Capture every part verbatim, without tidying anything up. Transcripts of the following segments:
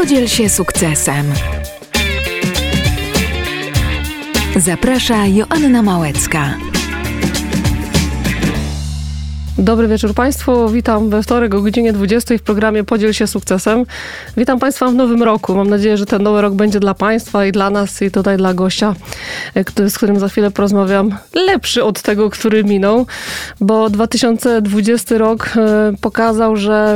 Podziel się sukcesem. Zaprasza Joanna Małecka. Dobry wieczór Państwu. Witam we wtorek o godzinie dwudziestej w programie Podziel się sukcesem. Witam Państwa w nowym roku. Mam nadzieję, że ten nowy rok będzie dla Państwa i dla nas, i tutaj dla gościa, który, z którym za chwilę porozmawiam, lepszy od tego, który minął, bo dwa tysiące dwudziesty rok pokazał, że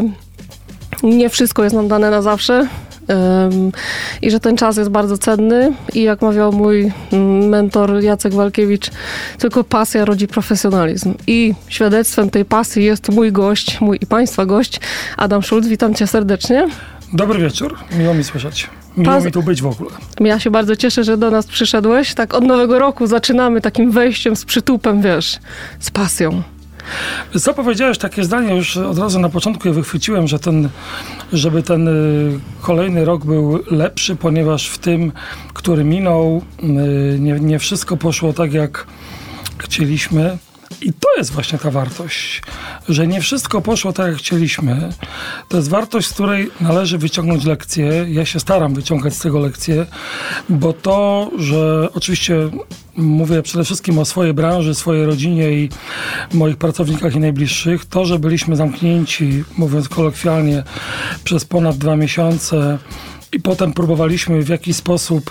nie wszystko jest nam dane na zawsze. Um, i że ten czas jest bardzo cenny i jak mawiał mój mentor Jacek Walkiewicz, tylko pasja rodzi profesjonalizm. I świadectwem tej pasji jest mój gość, mój i Państwa gość, Adam Schulz. Witam Cię serdecznie. Dobry wieczór, miło mi słyszeć. Miło Pas... mi tu być w ogóle. Ja się bardzo cieszę, że do nas przyszedłeś. Tak od nowego roku zaczynamy takim wejściem z przytupem, wiesz, z pasją. Co powiedziałeś, takie zdanie już od razu na początku je wychwyciłem, że ten, żeby ten kolejny rok był lepszy, ponieważ w tym, który minął, nie, nie wszystko poszło tak, jak chcieliśmy. I to jest właśnie ta wartość, że nie wszystko poszło tak, jak chcieliśmy. To jest wartość, z której należy wyciągnąć lekcje. Ja się staram wyciągać z tego lekcje, bo to, że oczywiście mówię przede wszystkim o swojej branży, swojej rodzinie i moich pracownikach i najbliższych, to, że byliśmy zamknięci, mówiąc kolokwialnie, przez ponad dwa miesiące, i potem próbowaliśmy w jakiś sposób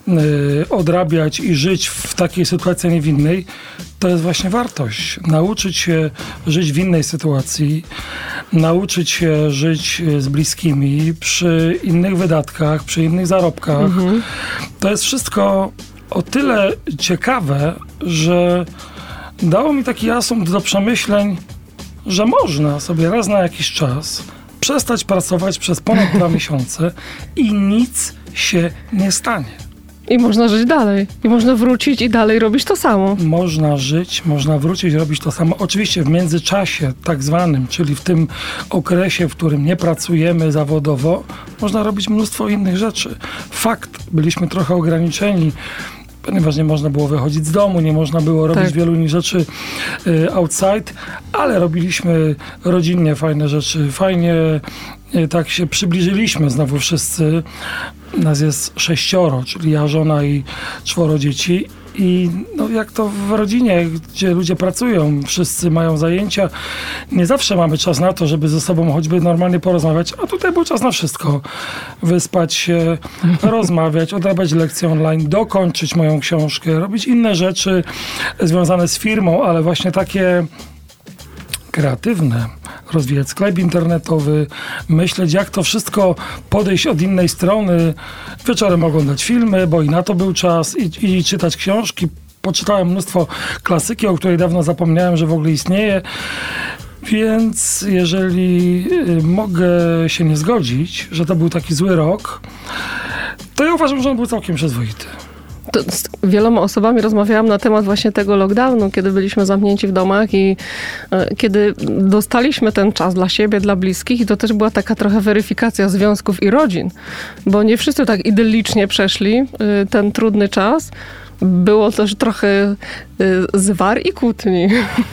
y, odrabiać i żyć w takiej sytuacji niewinnej, to jest właśnie wartość. Nauczyć się żyć w innej sytuacji, nauczyć się żyć z bliskimi, przy innych wydatkach, przy innych zarobkach. Mhm. To jest wszystko o tyle ciekawe, że dało mi taki asumpt do przemyśleń, że można sobie raz na jakiś czas przestać pracować przez ponad dwa miesiące i nic się nie stanie. I można żyć dalej. I można wrócić i dalej robić to samo. Można żyć, można wrócić, robić to samo. Oczywiście w międzyczasie tak zwanym, czyli w tym okresie, w którym nie pracujemy zawodowo, można robić mnóstwo innych rzeczy. Fakt, byliśmy trochę ograniczeni, ponieważ nie można było wychodzić z domu, nie można było robić tak. wielu innych rzeczy y, outside, ale robiliśmy rodzinnie fajne rzeczy. Fajnie y, tak się przybliżyliśmy znowu wszyscy. Nas jest sześcioro, czyli ja, żona i czworo dzieci. I no, jak to w rodzinie, gdzie ludzie pracują, wszyscy mają zajęcia, nie zawsze mamy czas na to, żeby ze sobą choćby normalnie porozmawiać, a tutaj był czas na wszystko. Wyspać się, rozmawiać, odrabiać lekcje online, dokończyć moją książkę, robić inne rzeczy związane z firmą, ale właśnie takie kreatywne, rozwijać sklep internetowy, myśleć, jak to wszystko podejść od innej strony, wieczorem oglądać filmy, bo i na to był czas, i, i czytać książki. Poczytałem mnóstwo klasyki, o której dawno zapomniałem, że w ogóle istnieje. Więc jeżeli mogę się nie zgodzić, że to był taki zły rok, to ja uważam, że on był całkiem przyzwoity. To z wieloma osobami rozmawiałam na temat właśnie tego lockdownu, kiedy byliśmy zamknięci w domach i e, kiedy dostaliśmy ten czas dla siebie, dla bliskich, i to też była taka trochę weryfikacja związków i rodzin, bo nie wszyscy tak idyllicznie przeszli e, ten trudny czas. Było też trochę e, zwar i kłótni.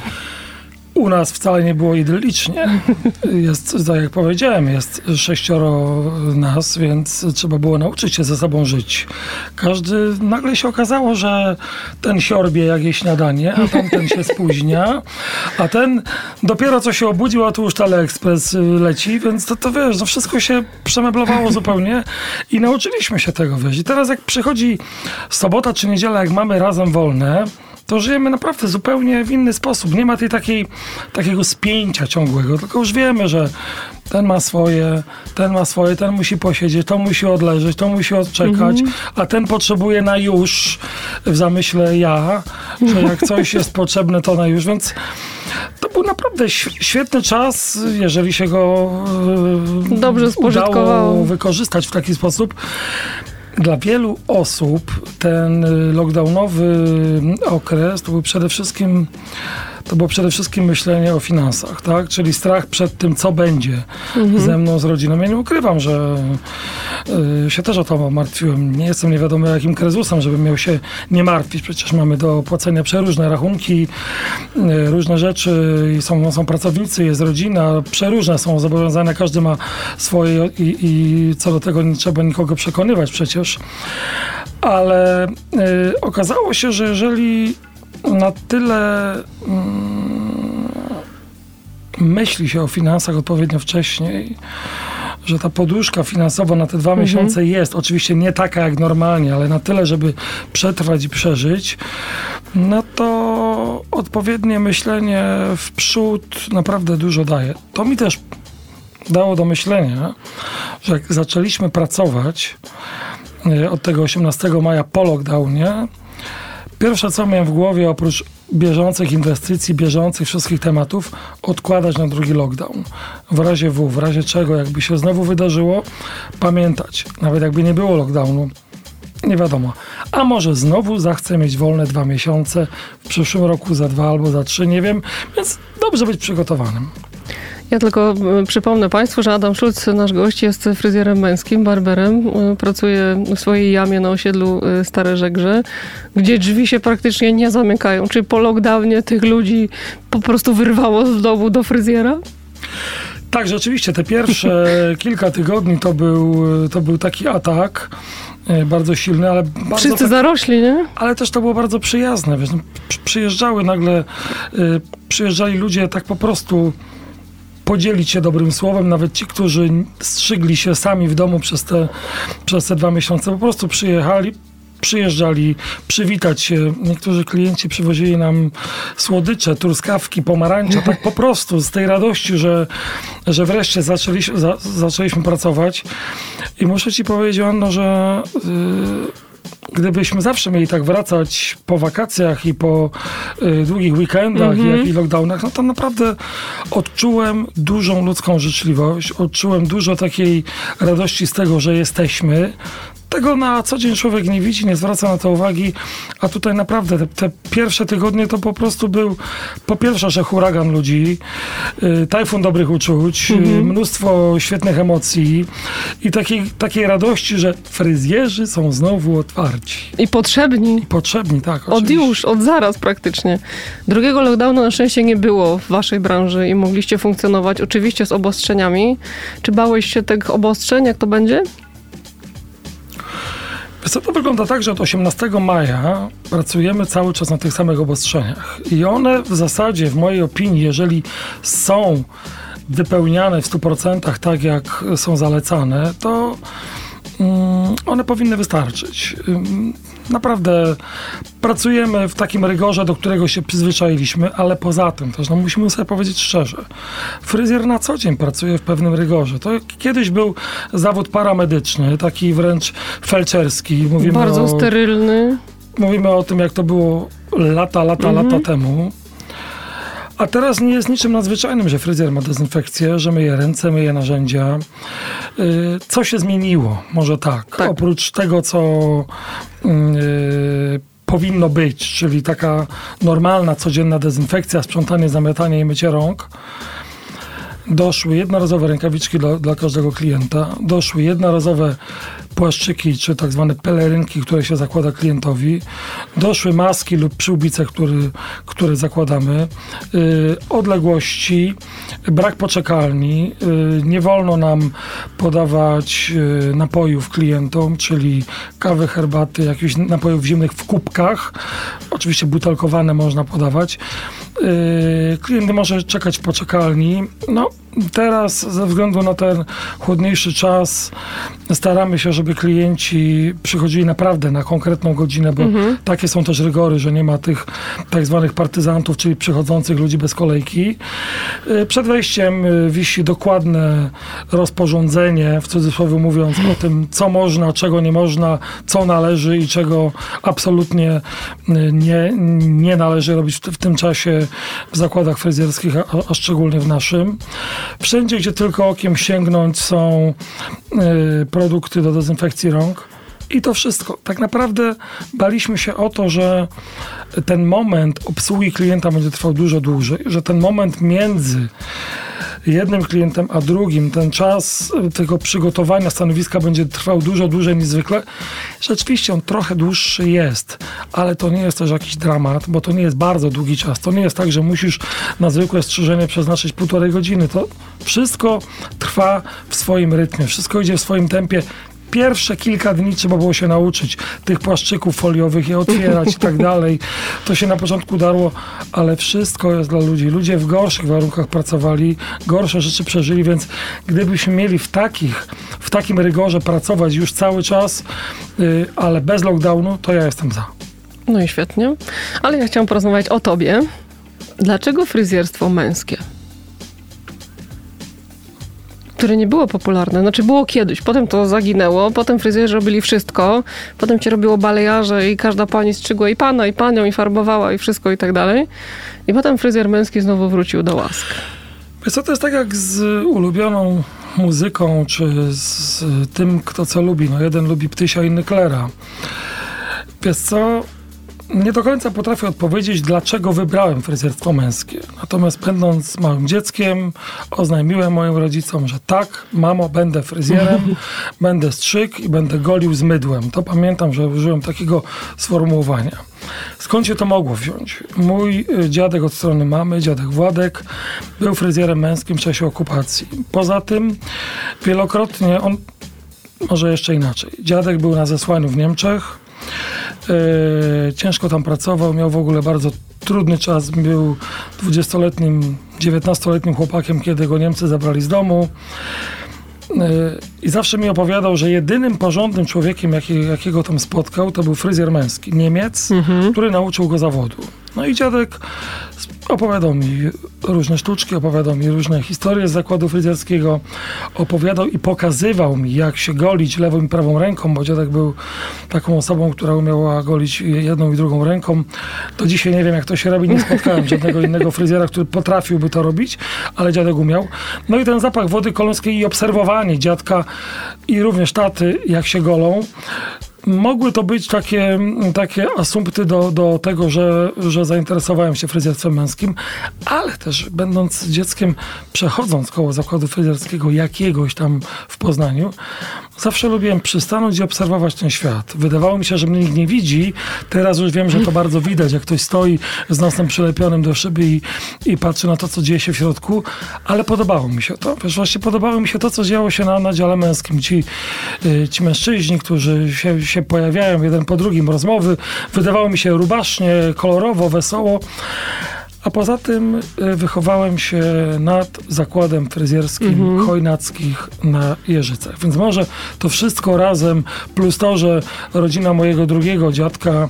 U nas wcale nie było idyllicznie. Jest, tak jak powiedziałem, jest sześcioro nas, więc trzeba było nauczyć się ze sobą żyć. Każdy, nagle się okazało, że ten siorbie jak je śniadanie, a tamten się spóźnia, a ten dopiero co się obudził, a tu już teleekspres leci, więc to, to wiesz, no wszystko się przemeblowało zupełnie i nauczyliśmy się tego, wiesz. I teraz jak przychodzi sobota czy niedziela, jak mamy razem wolne, to żyjemy naprawdę zupełnie w inny sposób. Nie ma tej takiej, takiego spięcia ciągłego, tylko już wiemy, że ten ma swoje, ten ma swoje, ten musi posiedzieć, to musi odleżeć, to musi odczekać, mm-hmm. a ten potrzebuje na już, w zamyśle ja, że jak coś jest potrzebne, to na już, więc to był naprawdę świetny czas, jeżeli się go dobrze udało wykorzystać w taki sposób. Dla wielu osób ten lockdownowy okres to był przede wszystkim to było przede wszystkim myślenie o finansach, tak? Czyli strach przed tym, co będzie mhm. ze mną, z rodziną. Ja nie ukrywam, że y, się też o to martwiłem. Nie jestem nie wiadomo jakim krezusem, żebym miał się nie martwić. Przecież mamy do opłacenia przeróżne rachunki, y, różne rzeczy i są, są pracownicy, jest rodzina, przeróżne są zobowiązania, każdy ma swoje i, i co do tego nie trzeba nikogo przekonywać przecież. Ale y, okazało się, że jeżeli na tyle mm, myśli się o finansach odpowiednio wcześniej, że ta poduszka finansowa na te dwa mhm. miesiące jest, oczywiście nie taka jak normalnie, ale na tyle, żeby przetrwać i przeżyć, no to odpowiednie myślenie w przód naprawdę dużo daje. To mi też dało do myślenia, że jak zaczęliśmy pracować od tego osiemnastego maja po lockdownie, pierwsze co miałem w głowie oprócz bieżących inwestycji, bieżących wszystkich tematów, odkładać na drugi lockdown. W razie W, w razie czego, jakby się znowu wydarzyło, pamiętać, nawet jakby nie było lockdownu, nie wiadomo. A może znowu zachcę mieć wolne dwa miesiące, w przyszłym roku za dwa albo za trzy, nie wiem, więc dobrze być przygotowanym. Ja tylko przypomnę Państwu, że Adam Szulc, nasz gość, jest fryzjerem męskim, barberem. Pracuje w swojej jamie na osiedlu Stare Żegrze, gdzie drzwi się praktycznie nie zamykają. Czy po lockdownie tych ludzi po prostu wyrwało z domu do fryzjera? Tak, rzeczywiście. Te pierwsze kilka tygodni to był, to był taki atak bardzo silny, ale bardzo... Wszyscy tak, zarośli, nie? Ale też to było bardzo przyjazne. Wiesz, no, przyjeżdżały nagle, y, przyjeżdżali ludzie tak po prostu podzielić się dobrym słowem, nawet ci, którzy strzygli się sami w domu przez te, przez te dwa miesiące, po prostu przyjechali, przyjeżdżali przywitać się. Niektórzy klienci przywozili nam słodycze, truskawki, pomarańcze, tak po prostu z tej radości, że, że wreszcie zaczęliśmy, za, zaczęliśmy pracować. I muszę ci powiedzieć, Joanno, że yy, gdybyśmy zawsze mieli tak wracać po wakacjach i po y, długich weekendach mm-hmm. jak i lockdownach, no to naprawdę odczułem dużą ludzką życzliwość, odczułem dużo takiej radości z tego, że jesteśmy. Tego na co dzień człowiek nie widzi, nie zwraca na to uwagi, a tutaj naprawdę te, te pierwsze tygodnie to po prostu był po pierwsze, że huragan ludzi, y, tajfun dobrych uczuć, mm-hmm. y, mnóstwo świetnych emocji i takiej, takiej radości, że fryzjerzy są znowu otwarci. I potrzebni. I potrzebni, tak. Od oczywiście. już, od zaraz praktycznie. Drugiego lockdownu na szczęście nie było w waszej branży i mogliście funkcjonować oczywiście z obostrzeniami. Czy bałeś się tych obostrzeń, jak to będzie? Co to wygląda tak, że od osiemnastego maja pracujemy cały czas na tych samych obostrzeniach i one w zasadzie, w mojej opinii, jeżeli są wypełniane w stu procentach tak, jak są zalecane, to um, one powinny wystarczyć. Um, naprawdę pracujemy w takim rygorze, do którego się przyzwyczailiśmy, ale poza tym też, no musimy sobie powiedzieć szczerze, fryzjer na co dzień pracuje w pewnym rygorze. To kiedyś był zawód paramedyczny, taki wręcz felczerski. Mówimy Bardzo o, sterylny. Mówimy o tym, jak to było lata, lata, mhm. lata temu. A teraz nie jest niczym nadzwyczajnym, że fryzjer ma dezynfekcję, że myje ręce, myje narzędzia. Yy, co się zmieniło? Może tak. tak. Oprócz tego, co yy, powinno być, czyli taka normalna, codzienna dezynfekcja, sprzątanie, zamiatanie i mycie rąk, doszły jednorazowe rękawiczki dla, dla każdego klienta, doszły jednorazowe płaszczyki, czy tak zwane pelerynki, które się zakłada klientowi, doszły maski lub przyłbice, który, które zakładamy, yy, odległości, brak poczekalni, yy, nie wolno nam podawać yy, napojów klientom, czyli kawy, herbaty, jakichś napojów zimnych w kubkach, oczywiście butelkowane można podawać. Yy, klient nie może czekać w poczekalni. No, teraz ze względu na ten chłodniejszy czas staramy się, żeby klienci przychodzili naprawdę na konkretną godzinę, bo mhm. takie są też rygory, że nie ma tych tak zwanych partyzantów, czyli przychodzących ludzi bez kolejki. Yy, przed wejściem wisi dokładne rozporządzenie, w cudzysłowie mówiąc, o tym, co można, czego nie można, co należy i czego absolutnie nie, nie należy robić w, w tym czasie w zakładach fryzjerskich, a, a szczególnie w naszym. Wszędzie, gdzie tylko okiem sięgnąć, są y, produkty do dezynfekcji rąk I to wszystko. Tak naprawdę baliśmy się o to, że ten moment obsługi klienta będzie trwał dużo dłużej, że ten moment między jednym klientem a drugim, ten czas tego przygotowania stanowiska będzie trwał dużo dłużej niż zwykle. Rzeczywiście on trochę dłuższy jest, ale to nie jest też jakiś dramat, bo to nie jest bardzo długi czas. To nie jest tak, że musisz na zwykłe strzyżenie przeznaczyć półtorej godziny. To wszystko trwa w swoim rytmie, wszystko idzie w swoim tempie. Pierwsze kilka dni trzeba było się nauczyć tych płaszczyków foliowych, je otwierać i tak dalej. To się na początku darło, ale wszystko jest dla ludzi. Ludzie w gorszych warunkach pracowali, gorsze rzeczy przeżyli, więc gdybyśmy mieli w takich, w takim rygorze pracować już cały czas, yy, ale bez lockdownu, to ja jestem za. No i świetnie. Ale ja chciałam porozmawiać o tobie. Dlaczego fryzjerstwo męskie? Które nie było popularne. Znaczy było kiedyś, potem to zaginęło, potem fryzjerzy robili wszystko, potem się robiło balejarze i każda pani strzygła i pana, i panią, i farbowała, i wszystko i tak dalej. I potem fryzjer męski znowu wrócił do łask. Wiesz co, to jest tak jak z ulubioną muzyką, czy z tym, kto co lubi. No jeden lubi Ptysia, inny Klera. Wiesz co, nie do końca potrafię odpowiedzieć, dlaczego wybrałem fryzjerstwo męskie. Natomiast będąc małym dzieckiem, oznajmiłem moim rodzicom, że tak, mamo, będę fryzjerem, będę strzyk i będę golił z mydłem. To pamiętam, że użyłem takiego sformułowania. Skąd się to mogło wziąć? Mój dziadek od strony mamy, dziadek Władek, był fryzjerem męskim w czasie okupacji. Poza tym wielokrotnie on, może jeszcze inaczej, dziadek był na zesłaniu w Niemczech, Yy, ciężko tam pracował, miał w ogóle bardzo trudny czas, był dwudziestoletnim, dziewiętnastoletnim chłopakiem, kiedy go Niemcy zabrali z domu. Yy, I zawsze mi opowiadał, że jedynym porządnym człowiekiem, jaki, jakiego tam spotkał, to był fryzjer męski, Niemiec, mhm. który nauczył go zawodu. No i dziadek opowiadał mi różne sztuczki, opowiadał mi różne historie z zakładu fryzjerskiego, opowiadał i pokazywał mi, jak się golić lewą i prawą ręką, bo dziadek był taką osobą, która umiała golić jedną i drugą ręką. Do dzisiaj nie wiem, jak to się robi, nie spotkałem żadnego innego fryzjera, który potrafiłby to robić, ale dziadek umiał. No i ten zapach wody kolońskiej i obserwowanie dziadka i również taty, jak się golą, mogły to być takie, takie asumpty do, do tego, że, że zainteresowałem się fryzjerstwem męskim, ale też będąc dzieckiem, przechodząc koło zakładu fryzjerskiego jakiegoś tam w Poznaniu, zawsze lubiłem przystanąć i obserwować ten świat. Wydawało mi się, że mnie nikt nie widzi. Teraz już wiem, że to bardzo widać, jak ktoś stoi z nosem przylepionym do szyby i, i patrzy na to, co dzieje się w środku, ale podobało mi się to. Wiesz, właśnie podobało mi się to, co działo się na, na dziale męskim. Ci, ci mężczyźni, którzy się, się pojawiają jeden po drugim, rozmowy, wydawało mi się rubasznie, kolorowo, wesoło. A poza tym wychowałem się nad zakładem fryzjerskim mhm. Chojnackich na Jeżycach. Więc może to wszystko razem, plus to, że rodzina mojego drugiego dziadka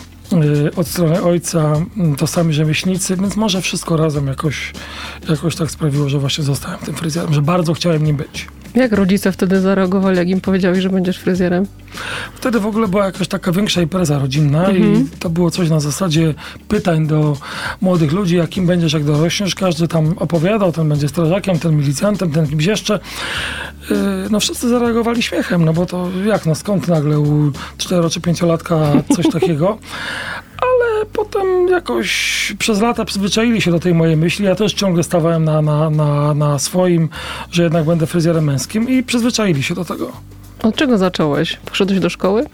od strony ojca to sami rzemieślnicy, więc może wszystko razem jakoś, jakoś tak sprawiło, że właśnie zostałem tym fryzjerem, że bardzo chciałem nim być. Jak rodzice wtedy zareagowali, jak im powiedziałeś, że będziesz fryzjerem? Wtedy w ogóle była jakaś taka większa impreza rodzinna mhm. i to było coś na zasadzie pytań do młodych ludzi, jakim będziesz, jak dorośniesz. Każdy tam opowiadał, ten będzie strażakiem, ten milicjantem, ten kimś jeszcze. Yy, no wszyscy zareagowali śmiechem, no bo to jak, no skąd nagle u cztero czy pięciolatka coś takiego? Ale potem jakoś przez lata przyzwyczaili się do tej mojej myśli. Ja też ciągle stawałem na, na, na, na swoim, że jednak będę fryzjerem męskim i przyzwyczaili się do tego. Od czego zacząłeś? Poszedłeś do szkoły?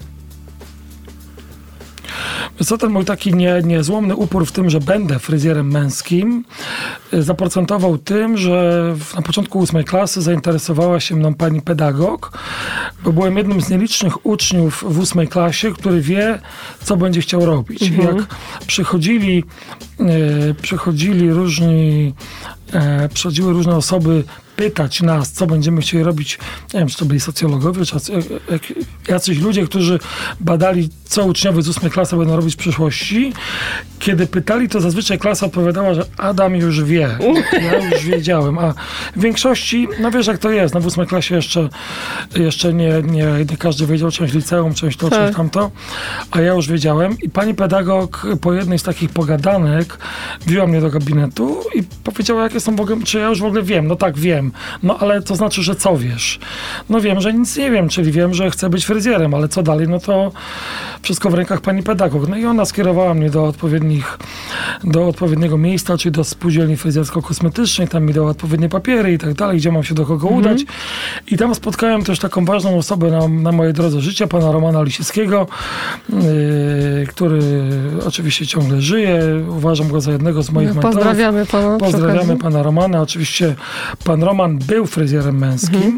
Co ten mój taki nie, niezłomny upór w tym, że będę fryzjerem męskim, zaprocentował tym, że na początku ósmej klasy zainteresowała się mną pani pedagog, bo byłem jednym z nielicznych uczniów w ósmej klasie, który wie, co będzie chciał robić. Mhm. I jak przychodzili, e, przychodzili różni, e, przychodziły różne osoby pytać nas, co będziemy chcieli robić, nie wiem, czy to byli socjologowie, czy jacyś ludzie, którzy badali, co uczniowie z ósmej klasy będą robić w przyszłości. Kiedy pytali, to zazwyczaj klasa odpowiadała, że Adam już wie. Ja już wiedziałem. A w większości, no wiesz jak to jest, no w ósmej klasie jeszcze, jeszcze nie, nie, nie każdy wiedział, część liceum, część to, tak. część tamto. A ja już wiedziałem. I pani pedagog po jednej z takich pogadanek wzięła mnie do gabinetu i powiedziała, jakie są w ogóle, czy ja już w ogóle wiem? No tak, wiem. No ale to znaczy, że co wiesz? No wiem, że nic nie wiem, czyli wiem, że chcę być fryzjerem, ale co dalej? No to wszystko w rękach pani pedagog. No i ona skierowała mnie do odpowiednich, do odpowiedniego miejsca, czyli do spółdzielni fryzjersko-kosmetycznej, tam mi dała odpowiednie papiery i tak dalej, gdzie mam się do kogo mhm. udać. I tam spotkałem też taką ważną osobę na, na mojej drodze życia, pana Romana Lisickiego, yy, który oczywiście ciągle żyje. Uważam go za jednego z moich mentorów. Pozdrawiamy pana. Pozdrawiamy pana Romana. Oczywiście pan Roman był fryzjerem męskim. Mhm.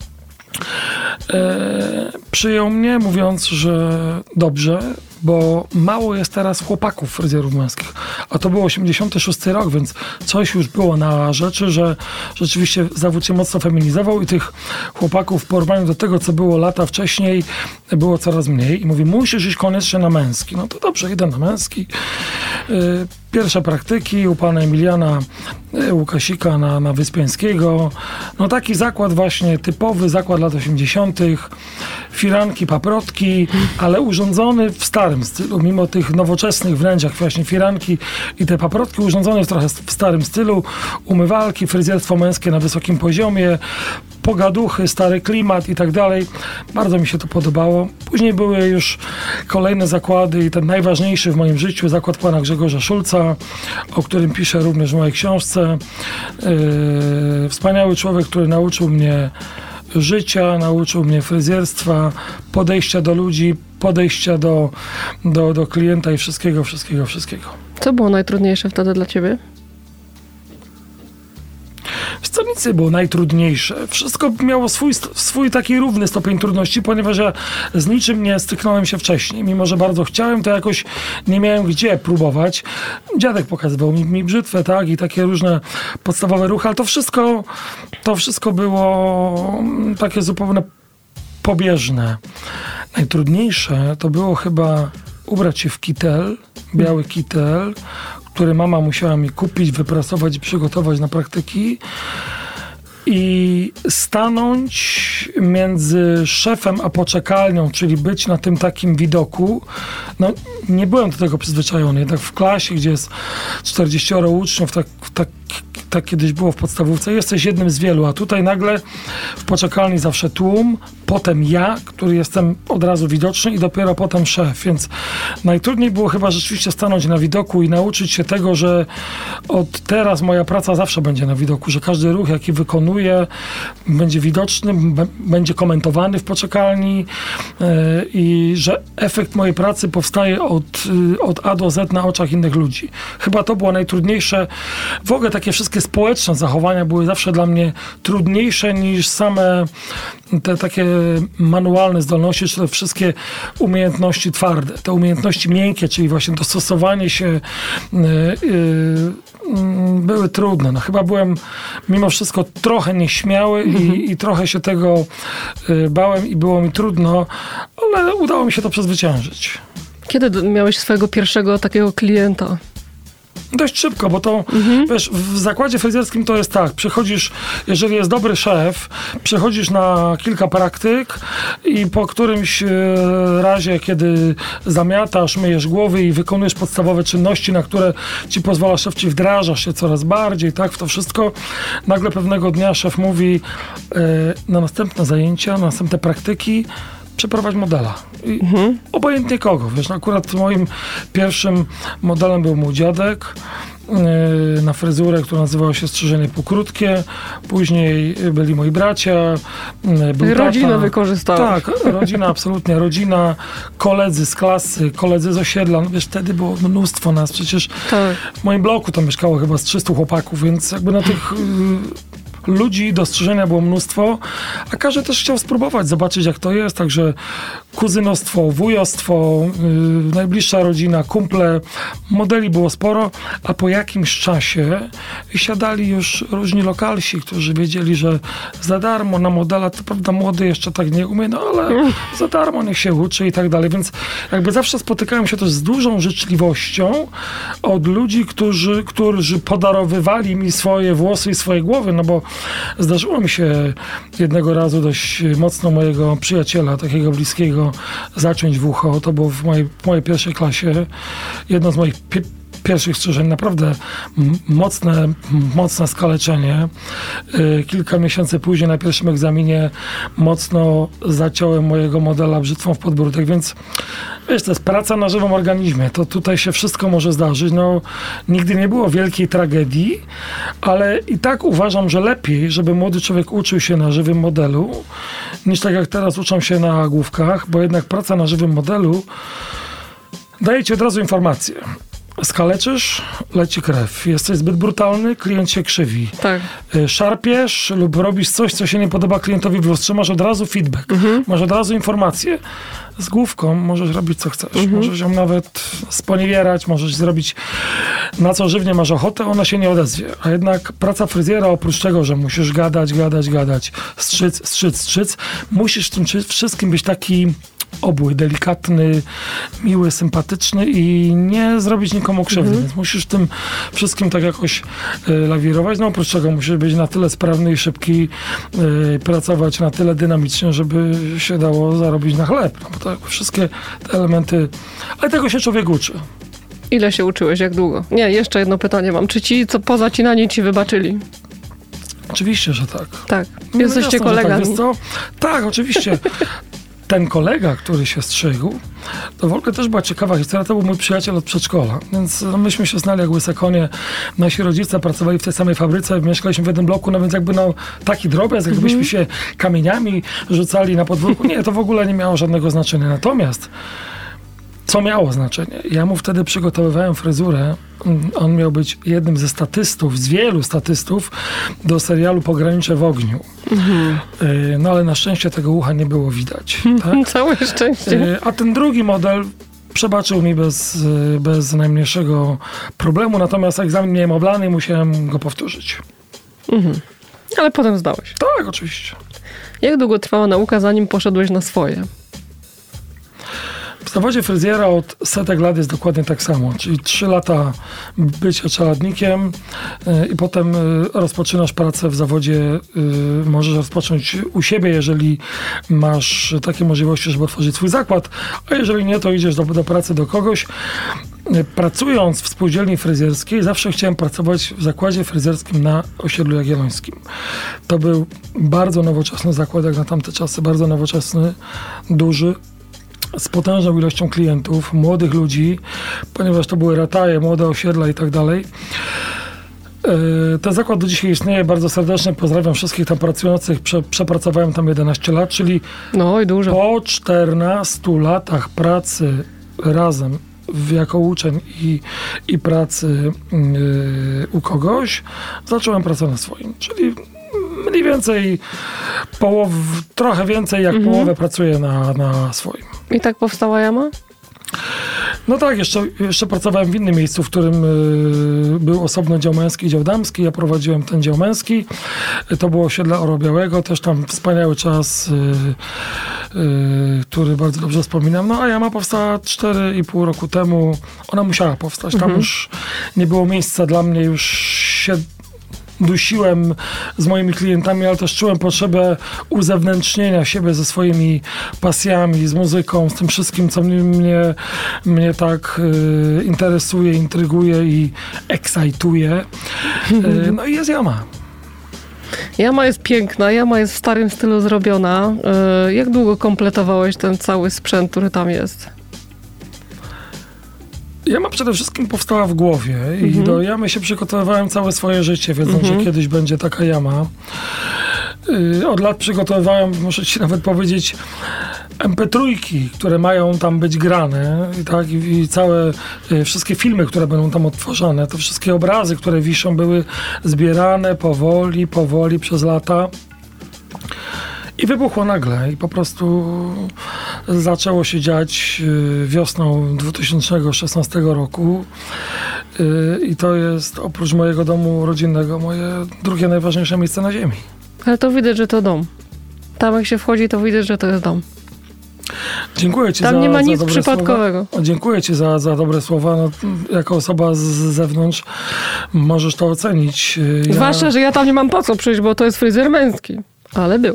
E, przyjął mnie, mówiąc, że dobrze, bo mało jest teraz chłopaków fryzjerów męskich. A to był osiemdziesiąty szósty rok, więc coś już było na rzeczy, że rzeczywiście zawód się mocno feminizował i tych chłopaków w porównaniu do tego, co było lata wcześniej, było coraz mniej. I mówi, musisz iść koniecznie na męski. No to dobrze, idę na męski. Pierwsze praktyki u pana Emiliana Łukasika na, na Wyspiańskiego. No taki zakład właśnie, typowy zakład lat osiemdziesiątych. Firanki, paprotki, ale urządzony w starym stylu, mimo tych nowoczesnych wnędziach, właśnie firanki i te paprotki urządzone w trochę w starym stylu, umywalki, fryzjerstwo męskie na wysokim poziomie, pogaduchy, stary klimat i tak dalej. Bardzo mi się to podobało. Później były już kolejne zakłady i ten najważniejszy w moim życiu, zakład pana Grzegorza Szulca, o którym piszę również w mojej książce. Yy, wspaniały człowiek, który nauczył mnie życia, nauczył mnie fryzjerstwa, podejścia do ludzi, podejścia do, do, do klienta i wszystkiego, wszystkiego, wszystkiego. Co było najtrudniejsze wtedy dla ciebie? Co nic nie było najtrudniejsze. Wszystko miało swój, swój taki równy stopień trudności, ponieważ ja z niczym nie styknąłem się wcześniej. Mimo że bardzo chciałem, to jakoś nie miałem gdzie próbować. Dziadek pokazywał mi, mi brzytwę, tak, i takie różne podstawowe ruchy, ale to wszystko, to wszystko było takie zupełnie pobieżne. Najtrudniejsze to było chyba ubrać się w kitel, biały kitel, który mama musiała mi kupić, wyprasować i przygotować na praktyki i stanąć między szefem a poczekalnią, czyli być na tym takim widoku. No, nie byłem do tego przyzwyczajony. Jednak w klasie, gdzie jest czterdzieścioro uczniów, tak, tak, tak kiedyś było w podstawówce, jesteś jednym z wielu, a tutaj nagle w poczekalni zawsze tłum, potem ja, który jestem od razu widoczny i dopiero potem szef, więc najtrudniej było chyba rzeczywiście stanąć na widoku i nauczyć się tego, że od teraz moja praca zawsze będzie na widoku, że każdy ruch, jaki wykonuję, będzie widoczny, b- będzie komentowany w poczekalni yy, i że efekt mojej pracy powstaje od, yy, od A do Z na oczach innych ludzi. Chyba to było najtrudniejsze. W ogóle takie wszystkie społeczne zachowania były zawsze dla mnie trudniejsze niż same te takie manualne zdolności, czy te wszystkie umiejętności twarde. Te umiejętności miękkie, czyli właśnie dostosowanie się yy, yy, były trudne. No chyba byłem mimo wszystko trochę nieśmiały mm-hmm. i, i trochę się tego y, bałem i było mi trudno, ale udało mi się to przezwyciężyć. Kiedy miałeś swojego pierwszego takiego klienta? Dość szybko, bo to, mhm. wiesz, w zakładzie fryzjerskim to jest tak, przychodzisz, jeżeli jest dobry szef, przychodzisz na kilka praktyk i po którymś razie, kiedy zamiatasz, myjesz głowy i wykonujesz podstawowe czynności, na które ci pozwala szef, ci wdrażasz się coraz bardziej, tak, w to wszystko, nagle pewnego dnia szef mówi na następne zajęcia, na następne praktyki przeprowadź modela. I mhm. obojętnie kogo. Wiesz, no akurat moim pierwszym modelem był mój dziadek yy, na fryzurę, która nazywała się strzyżenie półkrótkie. Później byli moi bracia. Yy, był Rodzinę tata. wykorzystałeś. Tak, rodzina, absolutnie. Rodzina, koledzy z klasy, koledzy z osiedla. No wiesz, wtedy było mnóstwo nas. Przecież tak. w moim bloku tam mieszkało chyba z trzystu chłopaków, więc jakby na tych... Yy, ludzi do strzyżenia było mnóstwo, a każdy też chciał spróbować, zobaczyć jak to jest, także kuzynostwo, wujostwo, yy, najbliższa rodzina, kumple, modeli było sporo, a po jakimś czasie siadali już różni lokalsi, którzy wiedzieli, że za darmo na modela, to prawda młody jeszcze tak nie umie, no ale za darmo niech się uczy i tak dalej, więc jakby zawsze spotykałem się też z dużą życzliwością od ludzi, którzy, którzy podarowywali mi swoje włosy i swoje głowy, no bo zdarzyło mi się jednego razu dość mocno mojego przyjaciela, takiego bliskiego, zaciąć w ucho. To było w mojej, w mojej pierwszej klasie. Jedno z moich pi- pierwszych strzyżeń naprawdę mocne, mocne skaleczenie. Kilka miesięcy później na pierwszym egzaminie mocno zaciąłem mojego modela brzytwą w podbródek, więc wiesz, to jest praca na żywym organizmie. To tutaj się wszystko może zdarzyć. No, nigdy nie było wielkiej tragedii, ale i tak uważam, że lepiej, żeby młody człowiek uczył się na żywym modelu, niż tak jak teraz uczą się na główkach, bo jednak praca na żywym modelu daje ci od razu informację. Skaleczysz, leci krew. Jesteś zbyt brutalny, klient się krzywi. Tak. Szarpiesz lub robisz coś, co się nie podoba klientowi w lustrze, masz od razu feedback. Mhm. Masz od razu informację. Z główką możesz robić, co chcesz. Mhm. Możesz ją nawet sponiewierać, możesz zrobić na co żywnie masz ochotę, ona się nie odezwie. A jednak praca fryzjera, oprócz tego, że musisz gadać, gadać, gadać, strzyc, strzyc, strzyc, musisz w tym wszystkim być taki obły, delikatny, miły, sympatyczny i nie zrobić nikomu krzywdy. Mhm. Więc musisz tym wszystkim tak jakoś y, lawirować. No oprócz tego musisz być na tyle sprawny i szybki, y, pracować na tyle dynamicznie, żeby się dało zarobić na chleb. No bo to jakby wszystkie te elementy, ale tego się człowiek uczy. Ile się uczyłeś? Jak długo? Nie, jeszcze jedno pytanie mam. Czy ci, co pozacinani, ci wybaczyli? Oczywiście, że tak. Tak. Jesteście no, kolegami. Tak, co? Tak, oczywiście. Ten kolega, który się strzygł, to w ogóle też była ciekawa historia, to był mój przyjaciel od przedszkola, więc no, myśmy się znali jak łyse konie. Nasi rodzice pracowali w tej samej fabryce, mieszkaliśmy w jednym bloku, no więc jakby no taki drobiazg, jakbyśmy mm-hmm. się kamieniami rzucali na podwórku. Nie, to w ogóle nie miało żadnego znaczenia. Natomiast co miało znaczenie? Ja mu wtedy przygotowywałem fryzurę. On miał być jednym ze statystów, z wielu statystów do serialu Pogranicze w ogniu. Mhm. No ale na szczęście tego ucha nie było widać. Tak? Całe szczęście. A ten drugi model przebaczył mi bez, bez najmniejszego problemu, natomiast egzamin miałem oblany i musiałem go powtórzyć. Mhm. Ale potem zdałeś. Tak, oczywiście. Jak długo trwała nauka, zanim poszedłeś na swoje? W zawodzie fryzjera od setek lat jest dokładnie tak samo, czyli trzy lata bycia czeladnikiem yy, i potem yy, rozpoczynasz pracę w zawodzie, yy, możesz rozpocząć u siebie, jeżeli masz takie możliwości, żeby otworzyć swój zakład, a jeżeli nie, to idziesz do, do pracy do kogoś. Yy, pracując w spółdzielni fryzjerskiej, zawsze chciałem pracować w zakładzie fryzjerskim na Osiedlu Jagiellońskim. To był bardzo nowoczesny zakład, jak na tamte czasy, bardzo nowoczesny, duży, z potężną ilością klientów, młodych ludzi, ponieważ to były rataje, młode osiedla i tak dalej. Ten zakład do dzisiaj istnieje, bardzo serdecznie pozdrawiam wszystkich tam pracujących. Prze, przepracowałem tam jedenaście lat, czyli no i dużo. Po czternastu latach pracy razem w, jako uczeń i, i pracy yy, u kogoś, zacząłem pracę na swoim, czyli mniej więcej połow, trochę więcej jak mhm. połowę pracuję na, na swoim. I tak powstała Jama? No tak, jeszcze, jeszcze pracowałem w innym miejscu, w którym y, był osobno dział męski i dział damski. Ja prowadziłem ten dział męski. To było osiedle Orobiałego, też tam wspaniały czas, y, y, który bardzo dobrze wspominam. No a Jama powstała cztery i pół roku temu. Ona musiała powstać. Tam mhm. już nie było miejsca dla mnie, już się dusiłem z moimi klientami, ale też czułem potrzebę uzewnętrznienia siebie ze swoimi pasjami, z muzyką, z tym wszystkim, co mnie, mnie, mnie tak y, interesuje, intryguje i ekscytuje. Y, no i jest Jama. Jama jest piękna, Jama jest w starym stylu zrobiona. Y, jak długo kompletowałeś ten cały sprzęt, który tam jest? Jama przede wszystkim powstała w głowie i mhm. do Jamy się przygotowywałem całe swoje życie, wiedząc, mhm. że kiedyś będzie taka Jama. Yy, od lat przygotowywałem, muszę ci nawet powiedzieć, em pe trzy, które mają tam być grane, i tak, i, i całe, y, wszystkie filmy, które będą tam odtworzone, te wszystkie obrazy, które wiszą, były zbierane powoli, powoli przez lata. I wybuchło nagle i po prostu zaczęło się dziać wiosną dwa tysiące szesnastego roku i to jest oprócz mojego domu rodzinnego moje drugie najważniejsze miejsce na ziemi. Ale to widać, że to dom. Tam jak się wchodzi, to widać, że to jest dom. Dziękuję ci Tam za, nie ma nic za przypadkowego. Słowa. Dziękuję ci za, za dobre słowa. No, jako osoba z zewnątrz możesz to ocenić. Ja... Zwłaszcza, że ja tam nie mam po co przyjść, bo to jest fryzjer męski. Ale byłam.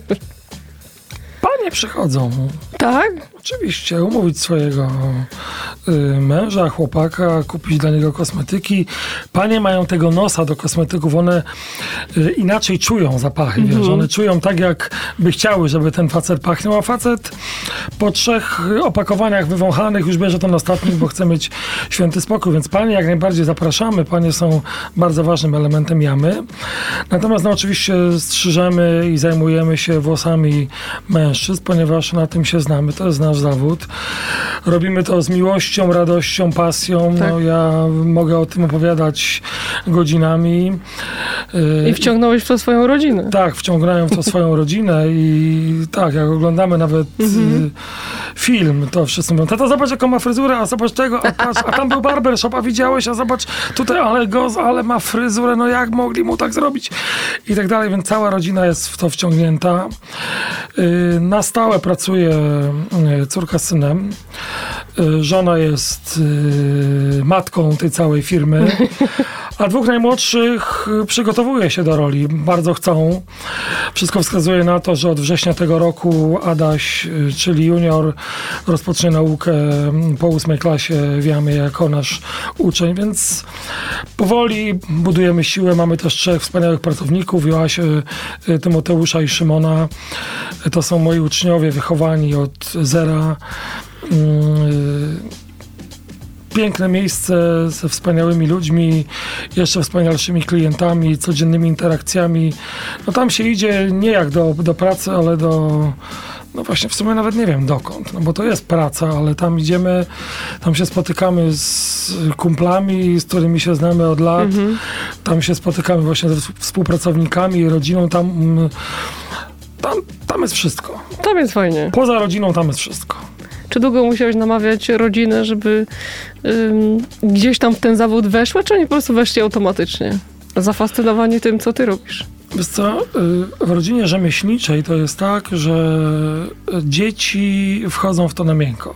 Panie przychodzą. Tak? Oczywiście, umówić swojego męża, chłopaka, kupić dla niego kosmetyki. Panie mają tego nosa do kosmetyków, one inaczej czują zapachy, mm-hmm. wiesz, one czują tak, jak by chciały, żeby ten facet pachniał, a facet po trzech opakowaniach wywąchanych już bierze ten ostatni, bo chce mieć święty spokój, więc panie jak najbardziej zapraszamy, panie są bardzo ważnym elementem jamy. Natomiast no, oczywiście strzyżemy i zajmujemy się włosami mężczyzn, ponieważ na tym się znamy, to jest nasz zawód. Robimy to z miłością, radością, pasją. Tak. No, ja mogę o tym opowiadać godzinami. I wciągnąłeś w to swoją rodzinę. Tak, wciągnąłem w to swoją rodzinę i tak, jak oglądamy nawet mhm. film, to wszyscy mówią, tato, zobacz jaką ma fryzurę, a zobacz tego, a, patrz, a tam był barbershop, a widziałeś, a zobacz tutaj, ale go, ale ma fryzurę, no jak mogli mu tak zrobić? I tak dalej, więc cała rodzina jest w to wciągnięta. Na stałe pracuje córka z synem. Żona jest matką tej całej firmy, a dwóch najmłodszych przygotowuje się do roli. Bardzo chcą. Wszystko wskazuje na to, że od września tego roku Adaś, czyli junior, rozpocznie naukę po ósmej klasie w Jamie jako nasz uczeń, więc powoli budujemy siłę. Mamy też trzech wspaniałych pracowników, Joasię, Tymoteusza i Szymona. To są moi uczniowie wychowani od zera. Piękne miejsce ze wspaniałymi ludźmi, jeszcze wspanialszymi klientami, codziennymi interakcjami. No tam się idzie nie jak do, do pracy, ale do... No właśnie w sumie nawet nie wiem dokąd, no bo to jest praca, ale tam idziemy, tam się spotykamy z kumplami, z którymi się znamy od lat. Mhm. Tam się spotykamy właśnie ze współpracownikami, rodziną, tam... Tam, tam jest wszystko. Tam jest fajnie. Poza rodziną tam jest wszystko. Czy długo musiałeś namawiać rodzinę, żeby ym, gdzieś tam w ten zawód weszła, czy oni po prostu weszli automatycznie? Zafascynowani tym, co ty robisz? Wiesz co, w rodzinie rzemieślniczej to jest tak, że dzieci wchodzą w to na miękko.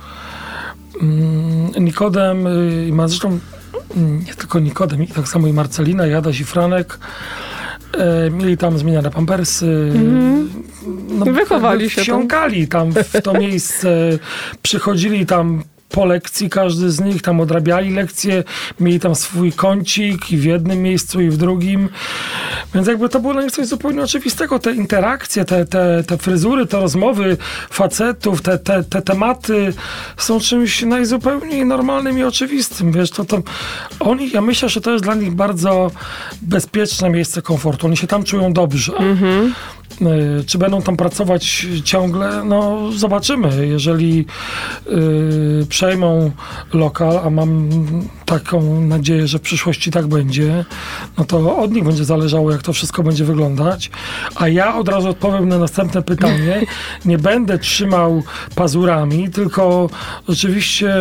Nikodem, i zresztą nie tylko Nikodem, i tak samo i Marcelina, i Adaś, i Franek, mieli tam zmieniane pampersy. Mm. No, wychowali się wsiąkali tam. tam w to miejsce, przychodzili tam po lekcji, każdy z nich tam odrabiali lekcje, mieli tam swój kącik i w jednym miejscu, i w drugim. Więc jakby to było dla nich coś zupełnie oczywistego. Te interakcje, te, te, te fryzury, te rozmowy facetów, te, te, te tematy są czymś najzupełniej normalnym i oczywistym. Wiesz, to, to oni, ja myślę, że to jest dla nich bardzo bezpieczne miejsce komfortu. Oni się tam czują dobrze. Mm-hmm. Czy będą tam pracować ciągle? No zobaczymy. Jeżeli yy, przejmą lokal, a mam taką nadzieję, że w przyszłości tak będzie, no to od nich będzie zależało, jak to wszystko będzie wyglądać. A ja od razu odpowiem na następne pytanie. Nie będę trzymał pazurami, tylko rzeczywiście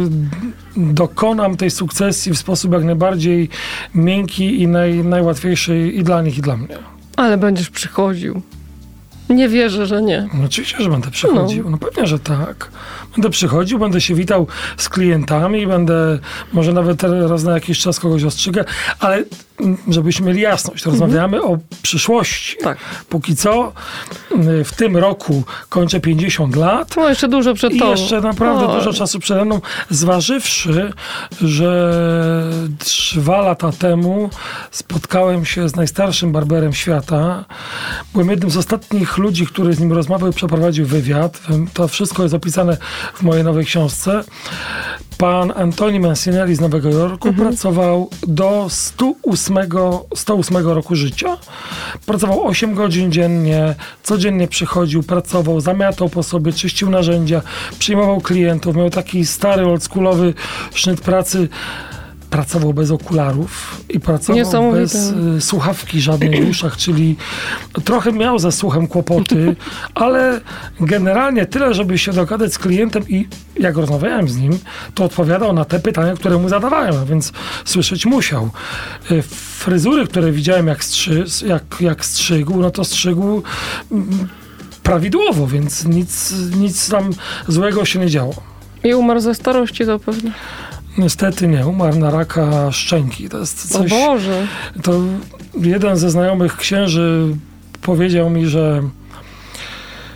dokonam tej sukcesji w sposób jak najbardziej miękki i naj, najłatwiejszy i dla nich, i dla mnie. Ale będziesz przychodził. Nie wierzę, że nie. No oczywiście, że będę przychodził. No. no pewnie, że tak. Będę przychodził, będę się witał z klientami, będę może nawet raz na jakiś czas kogoś ostrzygę, ale żebyśmy mieli jasność, rozmawiamy mhm. o przyszłości. Tak. Póki co w tym roku kończę pięćdziesiąt lat. No jeszcze dużo przed tobą. I jeszcze naprawdę o. dużo czasu przede mną, zważywszy, że dwa lata temu spotkałem się z najstarszym barberem świata. Byłem jednym z ostatnich ludzi, który z nim rozmawiał i przeprowadził wywiad. To wszystko jest opisane w mojej nowej książce. Pan Antoni Mancinelli z Nowego Jorku mhm. pracował do sto ósmego roku życia. Pracował osiem godzin dziennie, codziennie przychodził, pracował, zamiatał po sobie, czyścił narzędzia, przyjmował klientów, miał taki stary, oldschoolowy sznyt pracy. Pracował bez okularów i pracował bez y, słuchawki żadnej w uszach, czyli trochę miał ze słuchem kłopoty, ale generalnie tyle, żeby się dogadać z klientem i jak rozmawiałem z nim, to odpowiadał na te pytania, które mu zadawałem, a więc słyszeć musiał. Y, fryzury, które widziałem jak, strzy, jak, jak strzygł, no to strzygł y, prawidłowo, więc nic, nic tam złego się nie działo. I umarł ze starości zapewne. Niestety nie, umarł na raka szczęki. To jest coś, o Boże! To jeden ze znajomych księży powiedział mi, że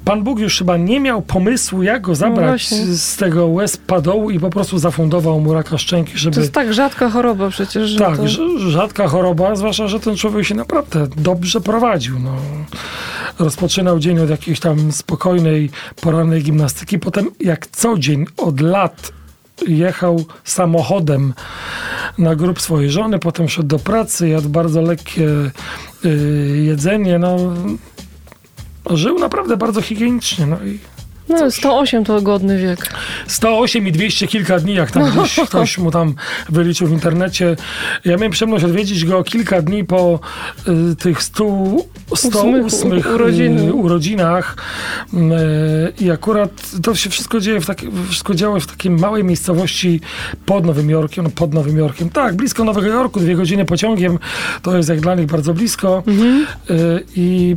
Pan Bóg już chyba nie miał pomysłu, jak go zabrać No z tego łez padołu i po prostu zafundował mu raka szczęki, żeby... To jest tak rzadka choroba przecież. Że tak, to... rzadka choroba, zwłaszcza, że ten człowiek się naprawdę dobrze prowadził. No. Rozpoczynał dzień od jakiejś tam spokojnej, porannej gimnastyki. Potem jak co dzień od lat jechał samochodem na grób swojej żony, potem szedł do pracy, jadł bardzo lekkie y, jedzenie. No, żył naprawdę bardzo higienicznie. No i No, sto osiem to godny wiek. sto osiem i dwieście kilka dni, jak tam gdzieś ktoś mu tam wyliczył w internecie. Ja miałem przyjemność odwiedzić go kilka dni po y, tych stu, sto ósmych urodziny. y, urodzinach. Y, I akurat to się wszystko dzieje w taki, wszystko działo w takiej małej miejscowości pod Nowym Jorkiem. No pod Nowym Jorkiem. Tak, blisko Nowego Jorku, dwie godziny pociągiem. To jest jak dla nich bardzo blisko. Mhm. Y, I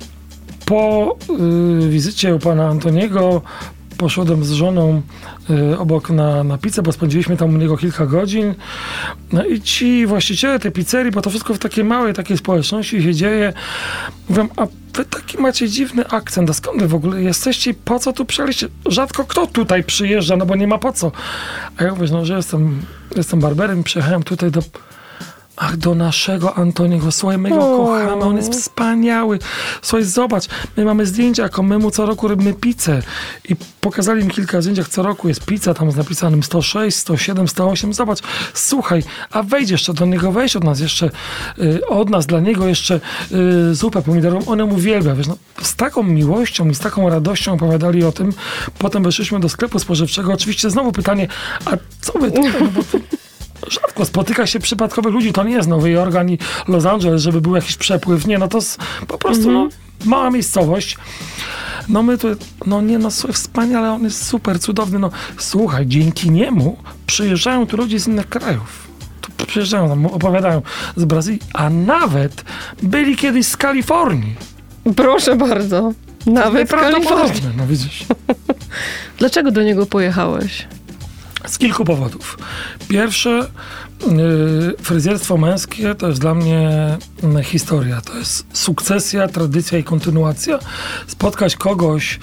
po y, wizycie u pana Antoniego poszedłem z żoną y, obok na, na pizzę, bo spędziliśmy tam u niego kilka godzin. No i ci właściciele tej pizzerii, bo to wszystko w takiej małej takiej społeczności się dzieje, mówią, a wy taki macie dziwny akcent, a skąd wy w ogóle jesteście? Po co tu przyjechaliście? Rzadko kto tutaj przyjeżdża, no bo nie ma po co. A ja mówię, no, że jestem, jestem barberem, przyjechałem tutaj do... Ach, do naszego Antoniego. Słuchaj, my go O. kochamy, on jest wspaniały. Słuchaj, zobacz, my mamy zdjęcia, jako my mu co roku robimy pizzę. I pokazali mi kilka zdjęć, jak co roku jest pizza, tam z napisanym sto sześć, sto siedem, sto osiem. Zobacz, słuchaj, a wejdź jeszcze do niego, weź od nas jeszcze, y, od nas dla niego jeszcze y, zupę pomidorową. On ją uwielbia, wiesz, no, z taką miłością i z taką radością opowiadali o tym. Potem weszliśmy do sklepu spożywczego. Oczywiście znowu pytanie, a co wy tutaj? No bo to rzadko spotyka się przypadkowych ludzi. To nie jest Nowy Jork ani Los Angeles, żeby był jakiś przepływ. Nie, no to jest po prostu mm-hmm. no, mała miejscowość. No my tu, no nie, no słuchaj, wspaniale, on jest super, cudowny. No słuchaj, dzięki niemu przyjeżdżają tu ludzie z innych krajów. Tu przyjeżdżają, tam opowiadają z Brazylii, a nawet byli kiedyś z Kalifornii. Proszę bardzo. Nawet z Kalifornii. No widzisz. Dlaczego do niego pojechałeś? Z kilku powodów. Pierwsze, yy, fryzjerstwo męskie to jest dla mnie yy, historia. To jest sukcesja, tradycja i kontynuacja. Spotkać kogoś,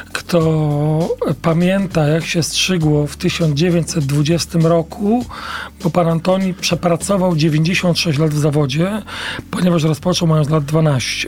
kto pamięta, jak się strzygło w tysiąc dziewięćset dwudziestym roku, bo pan Antoni przepracował dziewięćdziesiąt sześć lat w zawodzie, ponieważ rozpoczął mając lat dwanaście.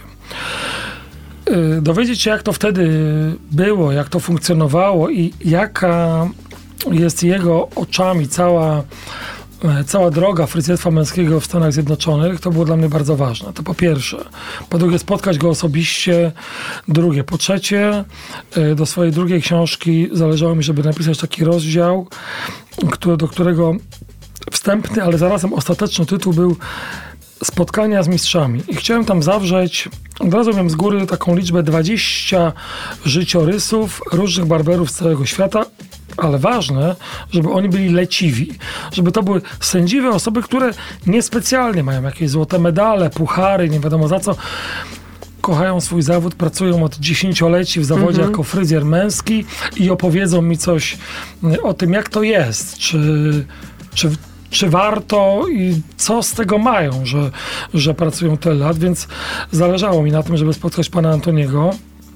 Yy, dowiedzieć się, jak to wtedy było, jak to funkcjonowało i jaka jest jego oczami cała, cała droga fryzjerstwa męskiego w Stanach Zjednoczonych, to było dla mnie bardzo ważne. To po pierwsze. Po drugie, spotkać go osobiście. Drugie. Po trzecie, do swojej drugiej książki zależało mi, żeby napisać taki rozdział, który, do którego wstępny, ale zarazem ostateczny tytuł był Spotkania z mistrzami. I chciałem tam zawrzeć, od razu miałem z góry taką liczbę dwadzieścia życiorysów różnych barberów z całego świata, ale ważne, żeby oni byli leciwi. Żeby to były sędziwe osoby, które niespecjalnie mają jakieś złote medale, puchary, nie wiadomo za co. Kochają swój zawód, pracują od dziesięcioleci w zawodzie mm-hmm. jako fryzjer męski i opowiedzą mi coś o tym, jak to jest. Czy... czy czy warto i co z tego mają, że, że pracują tyle lat, więc zależało mi na tym, żeby spotkać pana Antoniego.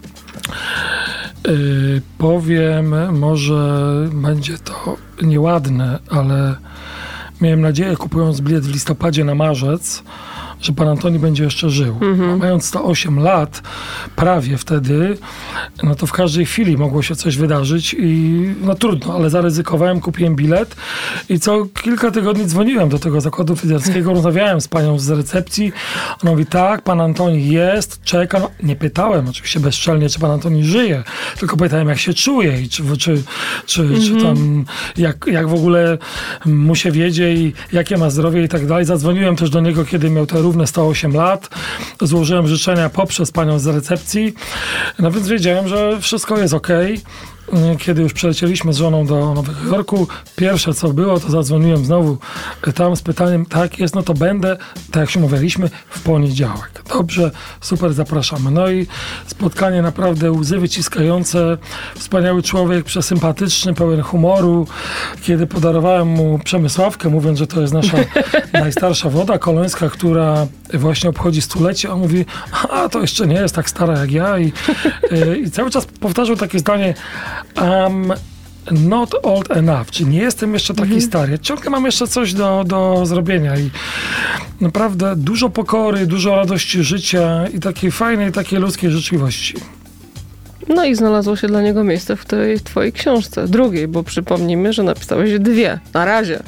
Yy, powiem, może będzie to nieładne, ale miałem nadzieję, kupując bilet w listopadzie na marzec, że pan Antoni będzie jeszcze żył. Mm-hmm. Mając sto osiem lat, prawie wtedy, no to w każdej chwili mogło się coś wydarzyć i no trudno, ale zaryzykowałem, kupiłem bilet i co kilka tygodni dzwoniłem do tego zakładu fryzjerskiego, rozmawiałem z panią z recepcji. Ona mówi, tak, pan Antoni jest, czeka. No, nie pytałem oczywiście bezczelnie, czy pan Antoni żyje, tylko pytałem, jak się czuje i czy, czy, czy, mm-hmm. czy tam, jak, jak w ogóle mu się wiedzie i jakie ma zdrowie i tak dalej. Zadzwoniłem też do niego, kiedy miał te równe sto osiem lat. Złożyłem życzenia poprzez panią z recepcji. No więc wiedziałem, że wszystko jest okej. kiedy już przelecieliśmy z żoną do Nowego Jorku, pierwsze co było, to zadzwoniłem znowu tam z pytaniem, tak jest, no to będę, tak jak się umawialiśmy, w poniedziałek. Dobrze, super, zapraszamy. No i spotkanie naprawdę łzy wyciskające, wspaniały człowiek, przesympatyczny, pełen humoru. Kiedy podarowałem mu Przemysławkę, mówiąc, że to jest nasza najstarsza woda kolońska, która właśnie obchodzi stulecie, on mówi, a to jeszcze nie jest tak stara jak ja i, i cały czas powtarzał takie zdanie, I'm not old enough, czyli nie jestem jeszcze taki mhm. stary. Ciągle mam jeszcze coś do, do zrobienia i naprawdę dużo pokory, dużo radości życia i takiej fajnej, takiej ludzkiej życzliwości. No i znalazło się dla niego miejsce w tej twojej książce, drugiej, bo przypomnijmy, że napisałeś dwie, na razie.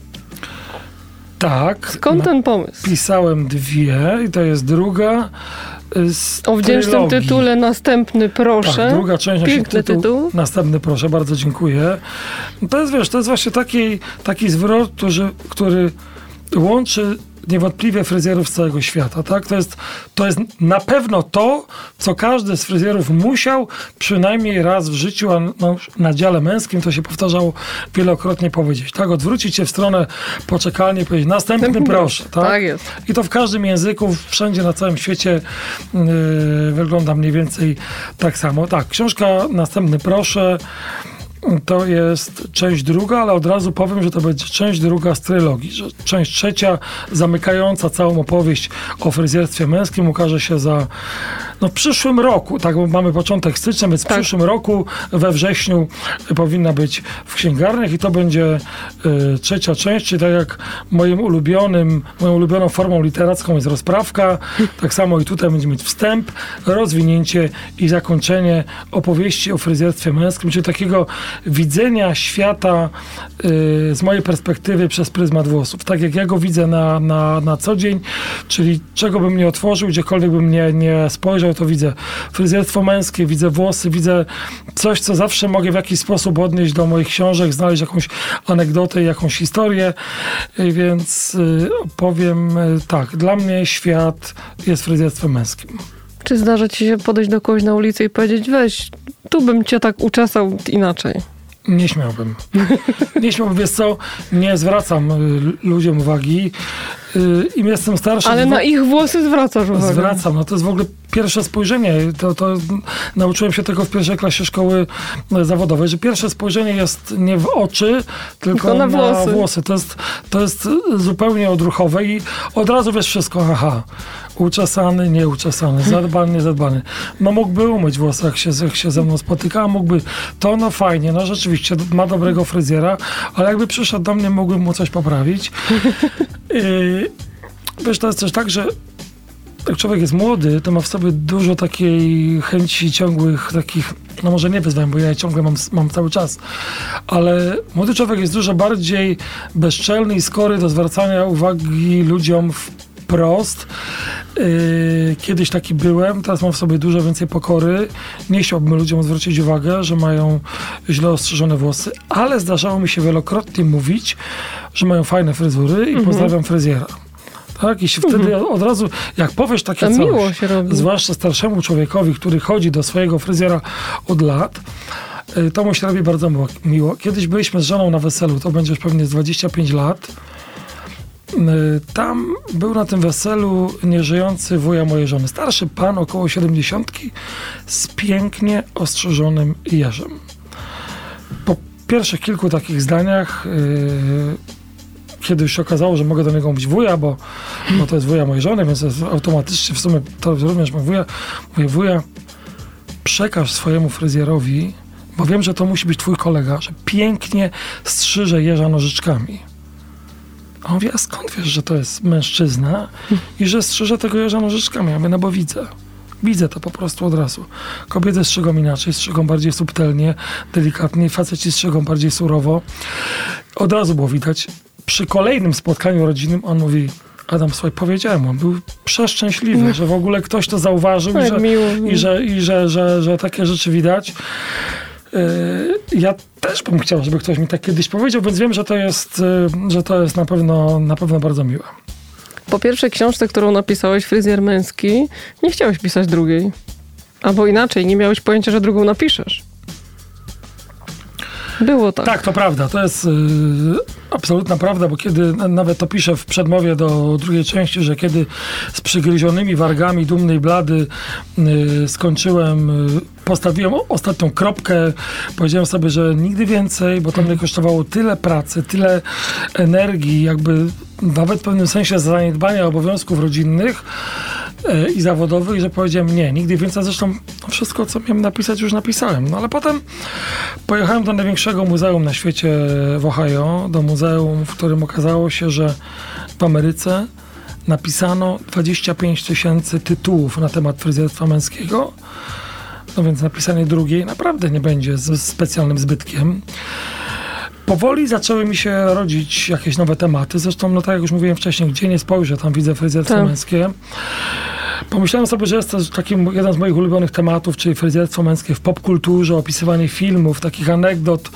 Tak. Skąd ten pomysł? Pisałem dwie i to jest druga z o wdzięcznym trylogii. tytule Następny proszę. Tak, druga część. Piękny tytuł, tytuł. Następny proszę, bardzo dziękuję. To jest, wiesz, to jest właśnie taki, taki zwrot, który, który łączy niewątpliwie fryzjerów z całego świata, tak? To jest, to jest na pewno to, co każdy z fryzjerów musiał przynajmniej raz w życiu, a no, na dziale męskim to się powtarzało wielokrotnie powiedzieć, tak? Odwrócić się w stronę poczekalni i powiedzieć następny proszę, tak? Tak jest. I to w każdym języku, wszędzie na całym świecie yy, wygląda mniej więcej tak samo. Tak, książka Następny proszę to jest część druga, ale od razu powiem, że to będzie część druga z trylogii. Że część trzecia, zamykająca całą opowieść o fryzjerstwie męskim, ukaże się za no, w przyszłym roku. Tak, bo mamy początek stycznia, więc w tak. przyszłym roku, we wrześniu powinna być w księgarniach i to będzie y, trzecia część, czyli tak jak moim ulubionym, moją ulubioną formą literacką jest rozprawka, tak samo i tutaj będziemy mieć wstęp, rozwinięcie i zakończenie opowieści o fryzjerstwie męskim, czyli takiego widzenia świata y, z mojej perspektywy przez pryzmat włosów. Tak jak ja go widzę na, na, na co dzień, czyli czego bym nie otworzył, gdziekolwiek bym nie, nie spojrzał, to widzę fryzjerstwo męskie, widzę włosy, widzę coś, co zawsze mogę w jakiś sposób odnieść do moich książek, znaleźć jakąś anegdotę, jakąś historię, y, więc y, powiem y, tak, dla mnie świat jest fryzjerstwem męskim. Czy zdarza ci się podejść do kogoś na ulicy i powiedzieć, weź, tu bym cię tak uczesał inaczej? Nie śmiałbym. Nie śmiałbym, wiesz co, nie zwracam y, ludziom uwagi. Y, Im jestem starszy... Ale na ich włosy zwracasz uwagę. Zwracam, no to jest w ogóle pierwsze spojrzenie. To, to nauczyłem się tego w pierwszej klasie szkoły zawodowej, że pierwsze spojrzenie jest nie w oczy, tylko, tylko na, włosy. na włosy. To jest, to jest zupełnie odruchowe i od razu wiesz wszystko, aha, uczesany, nieuczesany, zadbany, niezadbany. No mógłby umyć włosy, jak się, jak się ze mną spotyka, a mógłby to, no fajnie, no rzeczywiście ma dobrego fryzjera, ale jakby przyszedł do mnie, mógłbym mu coś poprawić. Yy, wiesz, to jest też tak, że jak człowiek jest młody, to ma w sobie dużo takiej chęci ciągłych takich, no może nie wyzwań, bo ja je ciągle mam, mam cały czas, ale młody człowiek jest dużo bardziej bezczelny i skory do zwracania uwagi ludziom wprost. Yy, kiedyś taki byłem, teraz mam w sobie dużo więcej pokory. Nie chciałbym ludziom zwrócić uwagę, że mają źle ostrzyżone włosy, ale zdarzało mi się wielokrotnie mówić, że mają fajne fryzury i mhm. pozdrawiam fryzjera. Tak? I się mhm. wtedy od razu, jak powiesz takie to coś, miło się robi. Zwłaszcza starszemu człowiekowi, który chodzi do swojego fryzjera od lat, yy, to mu się robi bardzo miło. Kiedyś byliśmy z żoną na weselu, to będzie już pewnie z dwadzieścia pięć lat. Tam był na tym weselu nieżyjący wuja mojej żony. Starszy pan, około siedemdziesiątki, z pięknie ostrzyżonym jeżem. Po pierwszych kilku takich zdaniach, yy, kiedy już się okazało, że mogę do niego mówić wuja, bo, bo to jest wuja mojej żony, więc automatycznie w sumie to również mój wuja. Mówię, wuja, przekaż swojemu fryzjerowi, bo wiem, że to musi być twój kolega, że pięknie strzyże jeża nożyczkami. A on mówi, a skąd wiesz, że to jest mężczyzna i że strzyże tego jeża nożyczkami? Ja mówię, no bo widzę. Widzę to po prostu od razu. Kobiety strzygą inaczej, strzygą bardziej subtelnie, delikatnie, faceci strzygą bardziej surowo. Od razu było widać. Przy kolejnym spotkaniu rodzinnym on mówi, Adam, słuchaj, powiedziałem mu, on był przeszczęśliwy, że w ogóle ktoś to zauważył i, że, miło, miło. i, że, i że, że, że takie rzeczy widać. Yy, ja też bym chciał, żeby ktoś mi tak kiedyś powiedział, więc wiem, że to jest, yy, że to jest na pewno, na pewno bardzo miłe. Po pierwszej książce, którą napisałeś, Fryzjer męski, nie chciałeś pisać drugiej. Albo inaczej, nie miałeś pojęcia, że drugą napiszesz. Było tak. Tak, to prawda. To jest y, absolutna prawda, bo kiedy, nawet to piszę w przedmowie do drugiej części, że kiedy z przygryzionymi wargami dumnej blady y, skończyłem, y, postawiłem ostatnią kropkę, powiedziałem sobie, że nigdy więcej, bo to mnie kosztowało tyle pracy, tyle energii, jakby nawet w pewnym sensie zaniedbania obowiązków rodzinnych y, i zawodowych, że powiedziałem nie, nigdy więcej. Zresztą wszystko, co miałem napisać, już napisałem. No ale potem pojechałem do największego muzeum na świecie w Ohio, do muzeum, w którym okazało się, że w Ameryce napisano dwadzieścia pięć tysięcy tytułów na temat fryzjerstwa męskiego. No więc napisanie drugiej naprawdę nie będzie z specjalnym zbytkiem. Powoli zaczęły mi się rodzić jakieś nowe tematy. Zresztą, no tak jak już mówiłem wcześniej, gdzie nie spojrzę, tam widzę fryzjerstwo tak. męskie. Pomyślałem sobie, że jest to taki jeden z moich ulubionych tematów, czyli fryzjerstwo męskie w popkulturze, opisywanie filmów, takich anegdot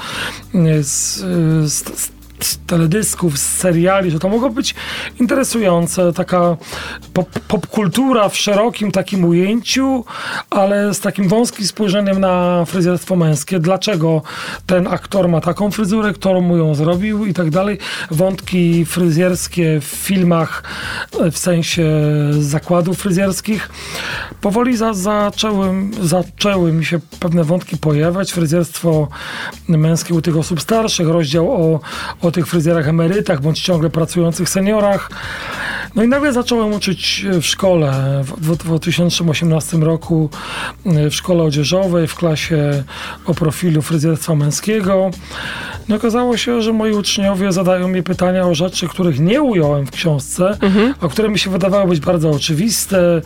z, z, z z teledysków, z seriali, że to mogło być interesujące, taka pop, popkultura w szerokim takim ujęciu, ale z takim wąskim spojrzeniem na fryzjerstwo męskie. Dlaczego ten aktor ma taką fryzurę, którą mu ją zrobił i tak dalej. Wątki fryzjerskie w filmach, w sensie zakładów fryzjerskich. Powoli za, zaczęły, zaczęły mi się pewne wątki pojawiać. Fryzjerstwo męskie u tych osób starszych, rozdział o, o tych fryzjerach emerytach, bądź ciągle pracujących seniorach. No i nagle zacząłem uczyć w szkole w dwa tysiące osiemnastym roku w szkole odzieżowej w klasie o profilu fryzjerstwa męskiego. No okazało się, że moi uczniowie zadają mi pytania o rzeczy, których nie ująłem w książce, mhm. a które mi się wydawały być bardzo oczywiste,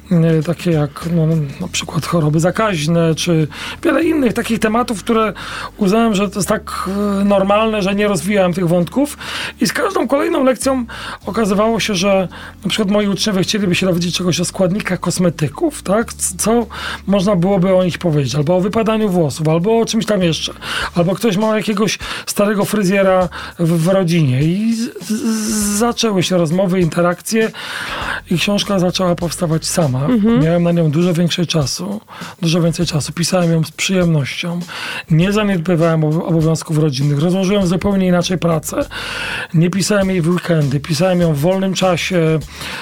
takie jak no, na przykład choroby zakaźne, czy wiele innych takich tematów, które uznałem, że to jest tak normalne, że nie rozwijałem tych wątków i z każdą kolejną lekcją okazywało się, że na przykład moi uczniowie chcieliby się dowiedzieć czegoś o składnikach kosmetyków, tak? Co można byłoby o nich powiedzieć, albo o wypadaniu włosów, albo o czymś tam jeszcze, albo ktoś ma jakiegoś starego fryzjera w, w rodzinie i z, z, zaczęły się rozmowy, interakcje i książka zaczęła powstawać sama. Mhm. Miałem na nią dużo więcej czasu, dużo więcej czasu. Pisałem ją z przyjemnością. Nie zaniedbywałem obowiązków rodzinnych. Rozłożyłem zupełnie inaczej pracę. Nie pisałem jej w weekendy. Pisałem ją w wolnym czasie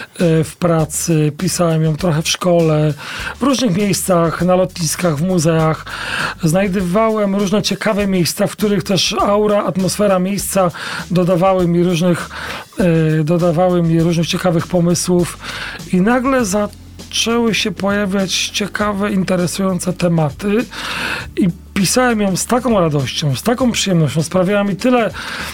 w pracy. Pisałem ją trochę w szkole, w różnych miejscach, na lotniskach, w muzeach. Znajdowałem różne ciekawe miejsca, w których też aura, atmosfera miejsca dodawały mi różnych, dodawały mi różnych ciekawych pomysłów i nagle za zaczęły się pojawiać ciekawe, interesujące tematy i pisałem ją z taką radością, z taką przyjemnością, sprawiała mi tyle,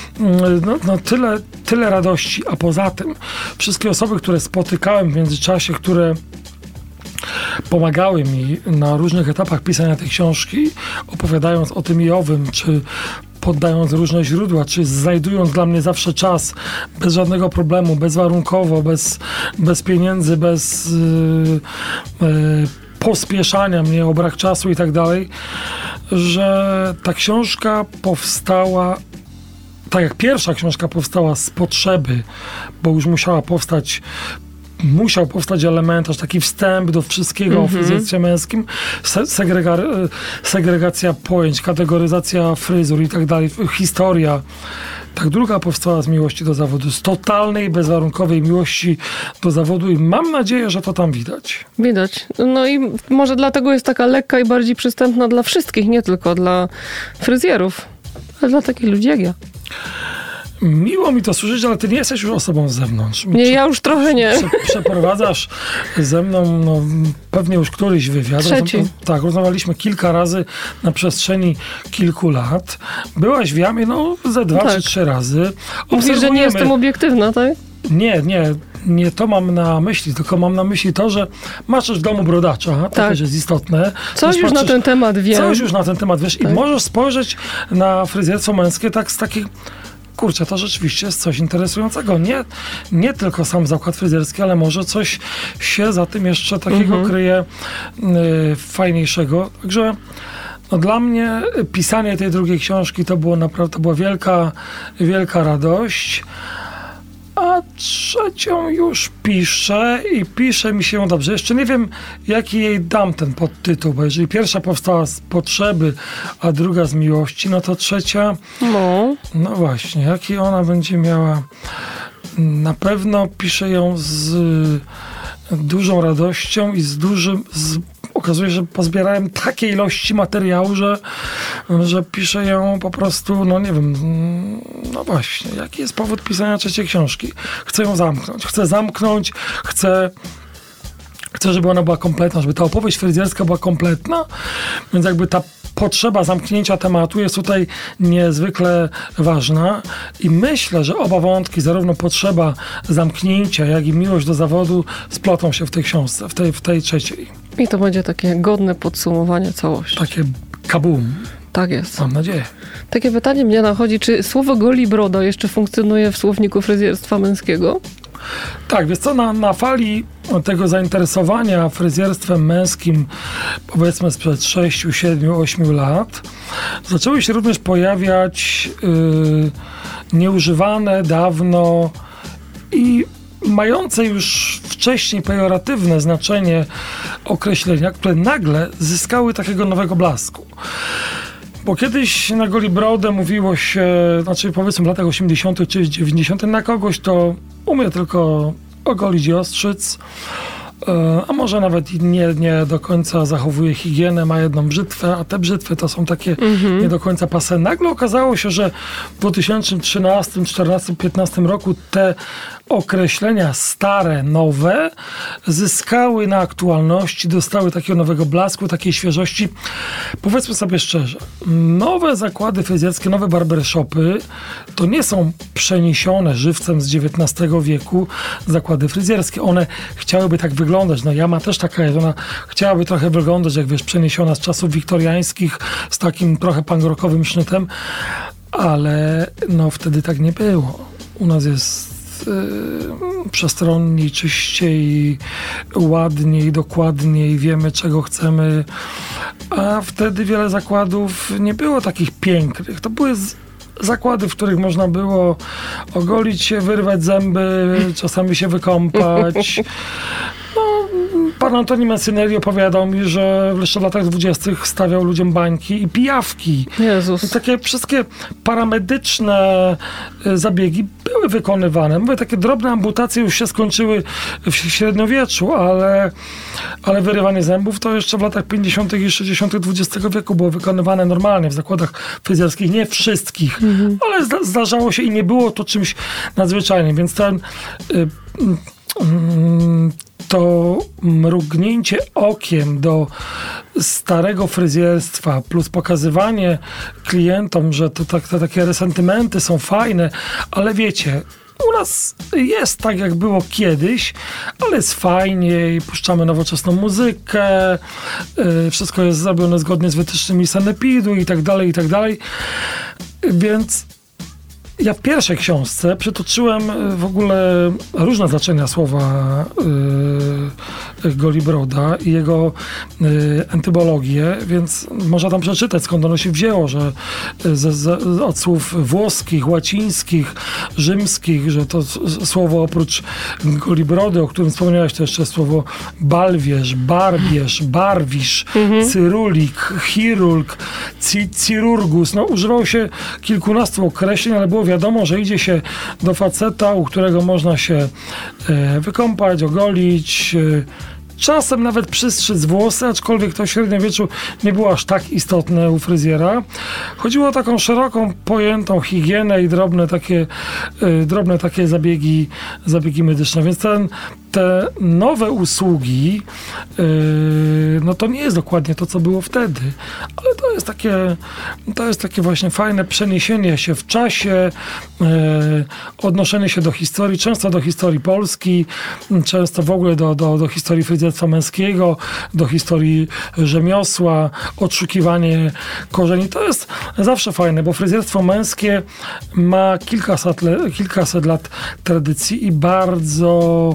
no, no, tyle, tyle radości, a poza tym wszystkie osoby, które spotykałem w międzyczasie, które pomagały mi na różnych etapach pisania tej książki, opowiadając o tym i owym, czy poddając różne źródła, czy znajdując dla mnie zawsze czas, bez żadnego problemu, bezwarunkowo, bez, bez pieniędzy, bez yy, yy, pospieszania mnie o brak czasu i tak dalej, że ta książka powstała tak jak pierwsza książka powstała z potrzeby, bo już musiała powstać musiał powstać elementarz, taki wstęp do wszystkiego mm-hmm. o fryzjerstwie męskim, se- segrega- segregacja pojęć, kategoryzacja fryzur i tak dalej, historia. Tak druga powstała z miłości do zawodu, z totalnej, bezwarunkowej miłości do zawodu i mam nadzieję, że to tam widać. Widać. No i może dlatego jest taka lekka i bardziej przystępna dla wszystkich, nie tylko dla fryzjerów, ale dla takich ludzi jak ja. Miło mi to słyszeć, ale ty nie jesteś już osobą z zewnątrz. Nie, ja już trochę nie. Prze, przeprowadzasz ze mną no, pewnie już któryś wywiad. Trzeci. Rozma- tak, rozmawialiśmy kilka razy na przestrzeni kilku lat. Byłaś w jamie, no, ze dwa tak. czy trzy razy. Mówisz, że nie jestem obiektywna, tak? Nie, nie. Nie to mam na myśli, tylko mam na myśli to, że masz też w domu brodacza, to tak. też jest istotne. Coś już patrzysz, na ten temat wiem. Coś już na ten temat wiesz tak. i możesz spojrzeć na fryzjerstwo męskie tak z takich kurczę, to rzeczywiście jest coś interesującego. Nie, nie tylko sam zakład fryzjerski, ale może coś się za tym jeszcze takiego mhm. kryje y, fajniejszego. Także no, dla mnie pisanie tej drugiej książki to było naprawdę to była wielka, wielka radość. A a trzecią już piszę i pisze mi się dobrze. Jeszcze nie wiem, jaki jej dam ten podtytuł, bo jeżeli pierwsza powstała z potrzeby, a druga z miłości, no to trzecia, No, no właśnie, jaki ona będzie miała. Na pewno piszę ją z dużą radością i z dużym... Z, okazuje się, że pozbierałem takie ilości materiału, że, że piszę ją po prostu, no nie wiem, no właśnie, jaki jest powód pisania trzeciej książki? Chcę ją zamknąć. Chcę zamknąć, chcę... Chcę, żeby ona była kompletna, żeby ta opowieść fryzjerska była kompletna, więc jakby ta potrzeba zamknięcia tematu jest tutaj niezwykle ważna i myślę, że oba wątki, zarówno potrzeba zamknięcia, jak i miłość do zawodu splotą się w tej książce, w tej, w tej trzeciej. i to będzie takie godne podsumowanie całości. Takie kabum. Tak jest. Mam nadzieję. Takie pytanie mnie nachodzi, czy słowo goli broda jeszcze funkcjonuje w słowniku fryzjerstwa męskiego? Tak, wiesz co, na, na fali tego zainteresowania fryzjerstwem męskim, powiedzmy sprzed sześciu, siedmiu, ośmiu lat, zaczęły się również pojawiać yy, nieużywane dawno i mające już wcześniej pejoratywne znaczenie określenia, które nagle zyskały takiego nowego blasku. Bo kiedyś na goli brodę mówiło się, znaczy powiedzmy w latach osiemdziesiątych czy dziewięćdziesiątych na kogoś, to umie tylko ogolić i ostrzyc, a może nawet nie, nie do końca zachowuje higienę, ma jedną brzytwę, a te brzytwy to są takie mm-hmm. nie do końca pase. Nagle okazało się, że w dwa tysiące trzynastym, czternastym, piętnastym roku te określenia stare, nowe zyskały na aktualności, dostały takiego nowego blasku, takiej świeżości. Powiedzmy sobie szczerze, nowe zakłady fryzjerskie, nowe barbershopy to nie są przeniesione żywcem z dziewiętnastego wieku zakłady fryzjerskie. One chciałyby tak wyglądać. No Jama też taka jest. Ona chciałaby trochę wyglądać, jak wiesz, przeniesiona z czasów wiktoriańskich, z takim trochę punk-rockowym sznytem, ale no wtedy tak nie było. U nas jest Yy, przestronniej, czyściej, ładniej, dokładniej, wiemy czego chcemy, a wtedy wiele zakładów nie było takich pięknych. To były z- zakłady, w których można było ogolić się, wyrwać zęby, czasami się wykąpać. No, pan Antoni Messinelli opowiadał mi, że jeszcze w latach dwudziestych stawiał ludziom bańki i pijawki. Jezus. I takie wszystkie paramedyczne y, zabiegi były wykonywane. Mówię, takie drobne amputacje już się skończyły w średniowieczu, ale, ale wyrywanie zębów to jeszcze w latach pięćdziesiątych i sześćdziesiątych dwudziestego wieku było wykonywane normalnie w zakładach fryzjerskich. Nie wszystkich, mhm. ale zda- zdarzało się i nie było to czymś nadzwyczajnym. Więc ten... Y, y, to mrugnięcie okiem do starego fryzjerstwa plus pokazywanie klientom, że to, tak, to takie resentymenty są fajne, ale wiecie, u nas jest tak, jak było kiedyś, ale jest fajniej, puszczamy nowoczesną muzykę, yy, wszystko jest zrobione zgodnie z wytycznymi sanepidu i tak dalej, i tak dalej. Więc ja w pierwszej książce przytoczyłem w ogóle różne znaczenia słowa yy, Golibroda i jego yy, entymologię, więc można tam przeczytać, skąd ono się wzięło, że z, z, od słów włoskich, łacińskich, rzymskich, że to słowo oprócz Golibrody, o którym wspomniałeś, to jeszcze słowo balwierz, barbierz, barwisz, mhm. cyrulik, chirurg, ci, cirurgus. No, używało się kilkunastu określeń, ale było wiadomo, że idzie się do faceta, u którego można się e, wykąpać, ogolić, e, czasem nawet przystrzyc włosy, aczkolwiek to w średniowieczu nie było aż tak istotne u fryzjera. Chodziło o taką szeroką pojętą higienę i drobne takie, e, drobne takie zabiegi, zabiegi medyczne. Więc ten, te nowe usługi, yy, no to nie jest dokładnie to, co było wtedy, ale to jest takie, to jest takie właśnie fajne przeniesienie się w czasie, yy, odnoszenie się do historii, często do historii Polski, często w ogóle do, do, do historii fryzjerstwa męskiego, do historii rzemiosła, odszukiwanie korzeni. To jest zawsze fajne, bo fryzjerstwo męskie ma kilkaset, kilkaset lat tradycji i bardzo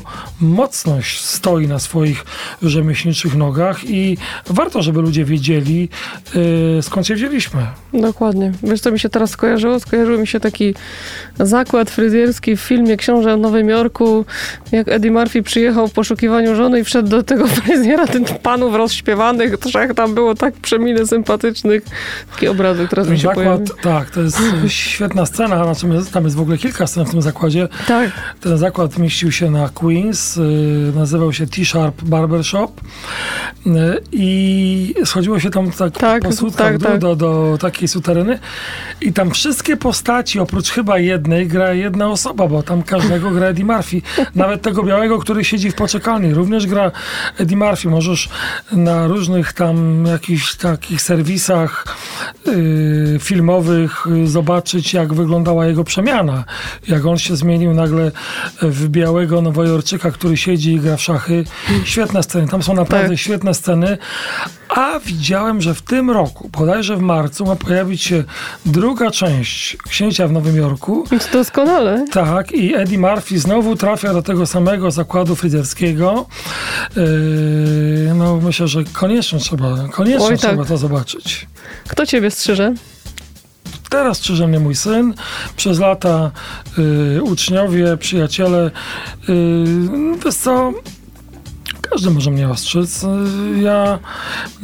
mocno stoi na swoich rzemieślniczych nogach i warto, żeby ludzie wiedzieli, yy, skąd się wzięliśmy. Dokładnie. Wiesz, co mi się teraz skojarzyło? Skojarzył mi się taki zakład fryzjerski w filmie Książę w Nowym Jorku, jak Eddie Murphy przyjechał w poszukiwaniu żony i wszedł do tego fryzjera, ten panów rozśpiewanych, trzech tam było tak przemile sympatycznych. Taki obrazek teraz Ten mi się zakład, pojawił. tak, to jest świetna scena, znaczy tam jest w ogóle kilka scen w tym zakładzie. Tak. Ten zakład mieścił się na Queens, yy, nazywał się T-Sharp Barbershop yy, i schodziło się tam tak, Tak, po słupkach tak, w dół tak. do, do takiej suteryny i tam wszystkie postaci, oprócz chyba jednej, gra jedna osoba, bo tam każdego gra Eddie Murphy. Nawet tego białego, który siedzi w poczekalni, również gra Eddie Murphy. Możesz na różnych tam jakichś takich serwisach yy, filmowych yy, zobaczyć, jak wyglądała jego przemiana. Jak on się zmienił nagle w białego Nowojorczyka, który siedzi i gra w szachy. Świetne sceny. Tam są naprawdę Tak. świetne sceny. A widziałem, że w tym roku, bodajże w marcu, ma pojawić się druga część Księcia w Nowym Jorku. Doskonale. Tak, i Eddie Murphy znowu trafia do tego samego zakładu fryzjerskiego. Yy, no myślę, że koniecznie trzeba, koniecznie Oj, tak. trzeba to zobaczyć. Kto ciebie strzyże? Teraz strzyże mnie mój syn. Przez lata y, uczniowie, przyjaciele. Y, wiesz co, każdy może mnie ostrzyc. Y, ja y,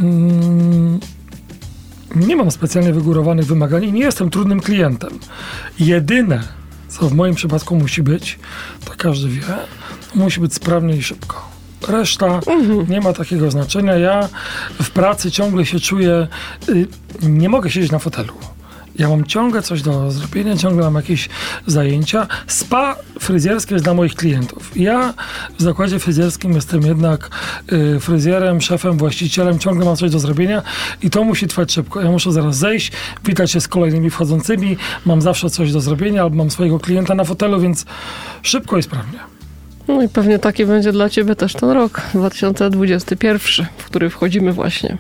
nie mam specjalnie wygórowanych wymagań i nie jestem trudnym klientem. Jedyne, co w moim przypadku musi być, to każdy wie, musi być sprawnie i szybko. Reszta mhm. nie ma takiego znaczenia. Ja w pracy ciągle się czuję, y, nie mogę siedzieć na fotelu. Ja mam ciągle coś do zrobienia, ciągle mam jakieś zajęcia. Spa fryzjerskie jest dla moich klientów. Ja w zakładzie fryzjerskim jestem jednak y, fryzjerem, szefem, właścicielem, ciągle mam coś do zrobienia i to musi trwać szybko. Ja muszę zaraz zejść, witać się z kolejnymi wchodzącymi, mam zawsze coś do zrobienia, albo mam swojego klienta na fotelu, więc szybko i sprawnie. No i pewnie taki będzie dla ciebie też ten rok, dwa tysiące dwudziesty pierwszy, w który wchodzimy właśnie.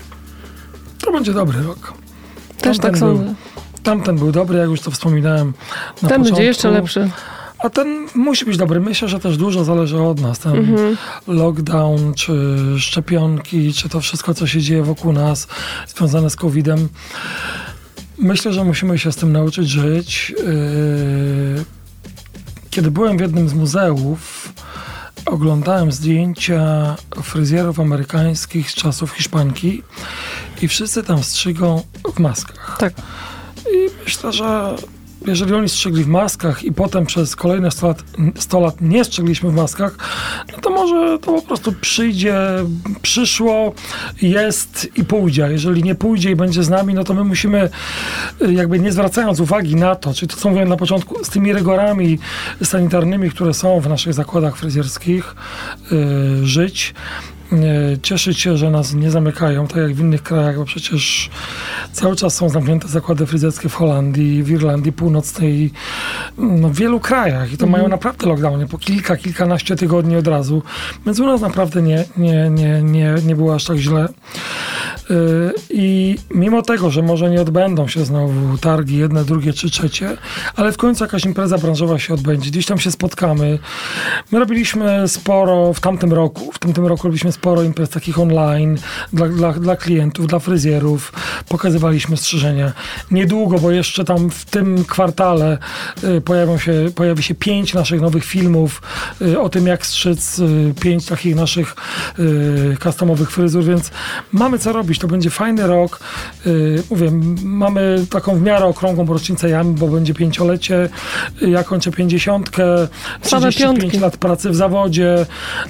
To będzie dobry rok. Też Tamten tak był, sądzę. Tamten był dobry, jak już to wspominałem na Ten początku. będzie jeszcze lepszy. A ten musi być dobry. Myślę, że też dużo zależy od nas. Ten Mhm. lockdown, czy szczepionki, czy to wszystko, co się dzieje wokół nas, związane z kowidem. Myślę, że musimy się z tym nauczyć żyć. Yy, Kiedy byłem w jednym z muzeów, oglądałem zdjęcia fryzjerów amerykańskich z czasów Hiszpanki i wszyscy tam strzygą w maskach. Tak. I myślę, że jeżeli oni strzygli w maskach i potem przez kolejne sto lat, sto lat nie strzygliśmy w maskach, no to może to po prostu przyjdzie, przyszło, jest i pójdzie. A jeżeli nie pójdzie i będzie z nami, no to my musimy, jakby nie zwracając uwagi na to, czyli to, co mówiłem na początku, z tymi rygorami sanitarnymi, które są w naszych zakładach fryzjerskich, yy, żyć. Cieszyć się, że nas nie zamykają, tak jak w innych krajach, bo przecież cały czas są zamknięte zakłady fryzjerskie w Holandii, w Irlandii Północnej, no w wielu krajach i to mm. mają naprawdę lockdowny po kilka, kilkanaście tygodni od razu, więc u nas naprawdę nie, nie, nie, nie, nie było aż tak źle. Yy, I mimo tego, że może nie odbędą się znowu targi jedne, drugie czy trzecie, ale w końcu jakaś impreza branżowa się odbędzie, gdzieś tam się spotkamy. My robiliśmy sporo w tamtym roku, w tamtym roku robiliśmy sporo imprez takich online dla, dla, dla klientów, dla fryzjerów. Pokazywaliśmy strzyżenia. Niedługo, bo jeszcze tam w tym kwartale y, pojawią się, pojawi się pięć naszych nowych filmów y, o tym, jak strzyc, y, pięć takich naszych y, customowych fryzur, więc mamy co robić. To będzie fajny rok. Y, mówię, mamy taką w miarę okrągłą rocznicę jamy, bo będzie pięciolecie. Y, ja kończę pięćdziesiątkę. trzydzieści pięć lat pracy w zawodzie.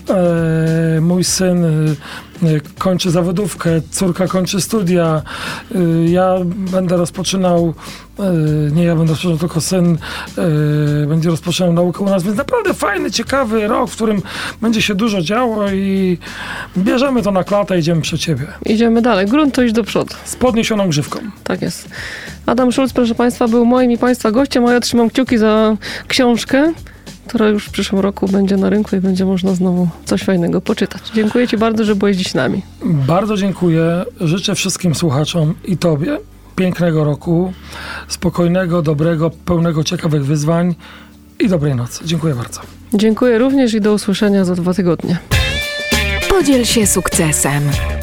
Y, mój syn kończy zawodówkę, córka kończy studia, ja będę rozpoczynał, nie ja będę rozpoczynał, tylko syn będzie rozpoczynał naukę u nas, więc naprawdę fajny, ciekawy rok, w którym będzie się dużo działo i bierzemy to na klatę, idziemy przed siebie. Idziemy dalej, grunt to iść do przodu. Z podniesioną grzywką. Tak jest. Adam Schulz, proszę Państwa, był moim i Państwa gościem, a ja trzymam kciuki za książkę, która już w przyszłym roku będzie na rynku i będzie można znowu coś fajnego poczytać. Dziękuję Ci bardzo, że byłeś dziś z nami. Bardzo dziękuję. Życzę wszystkim słuchaczom i Tobie pięknego roku, spokojnego, dobrego, pełnego ciekawych wyzwań i dobrej nocy. Dziękuję bardzo. Dziękuję również i do usłyszenia za dwa tygodnie. Podziel się sukcesem.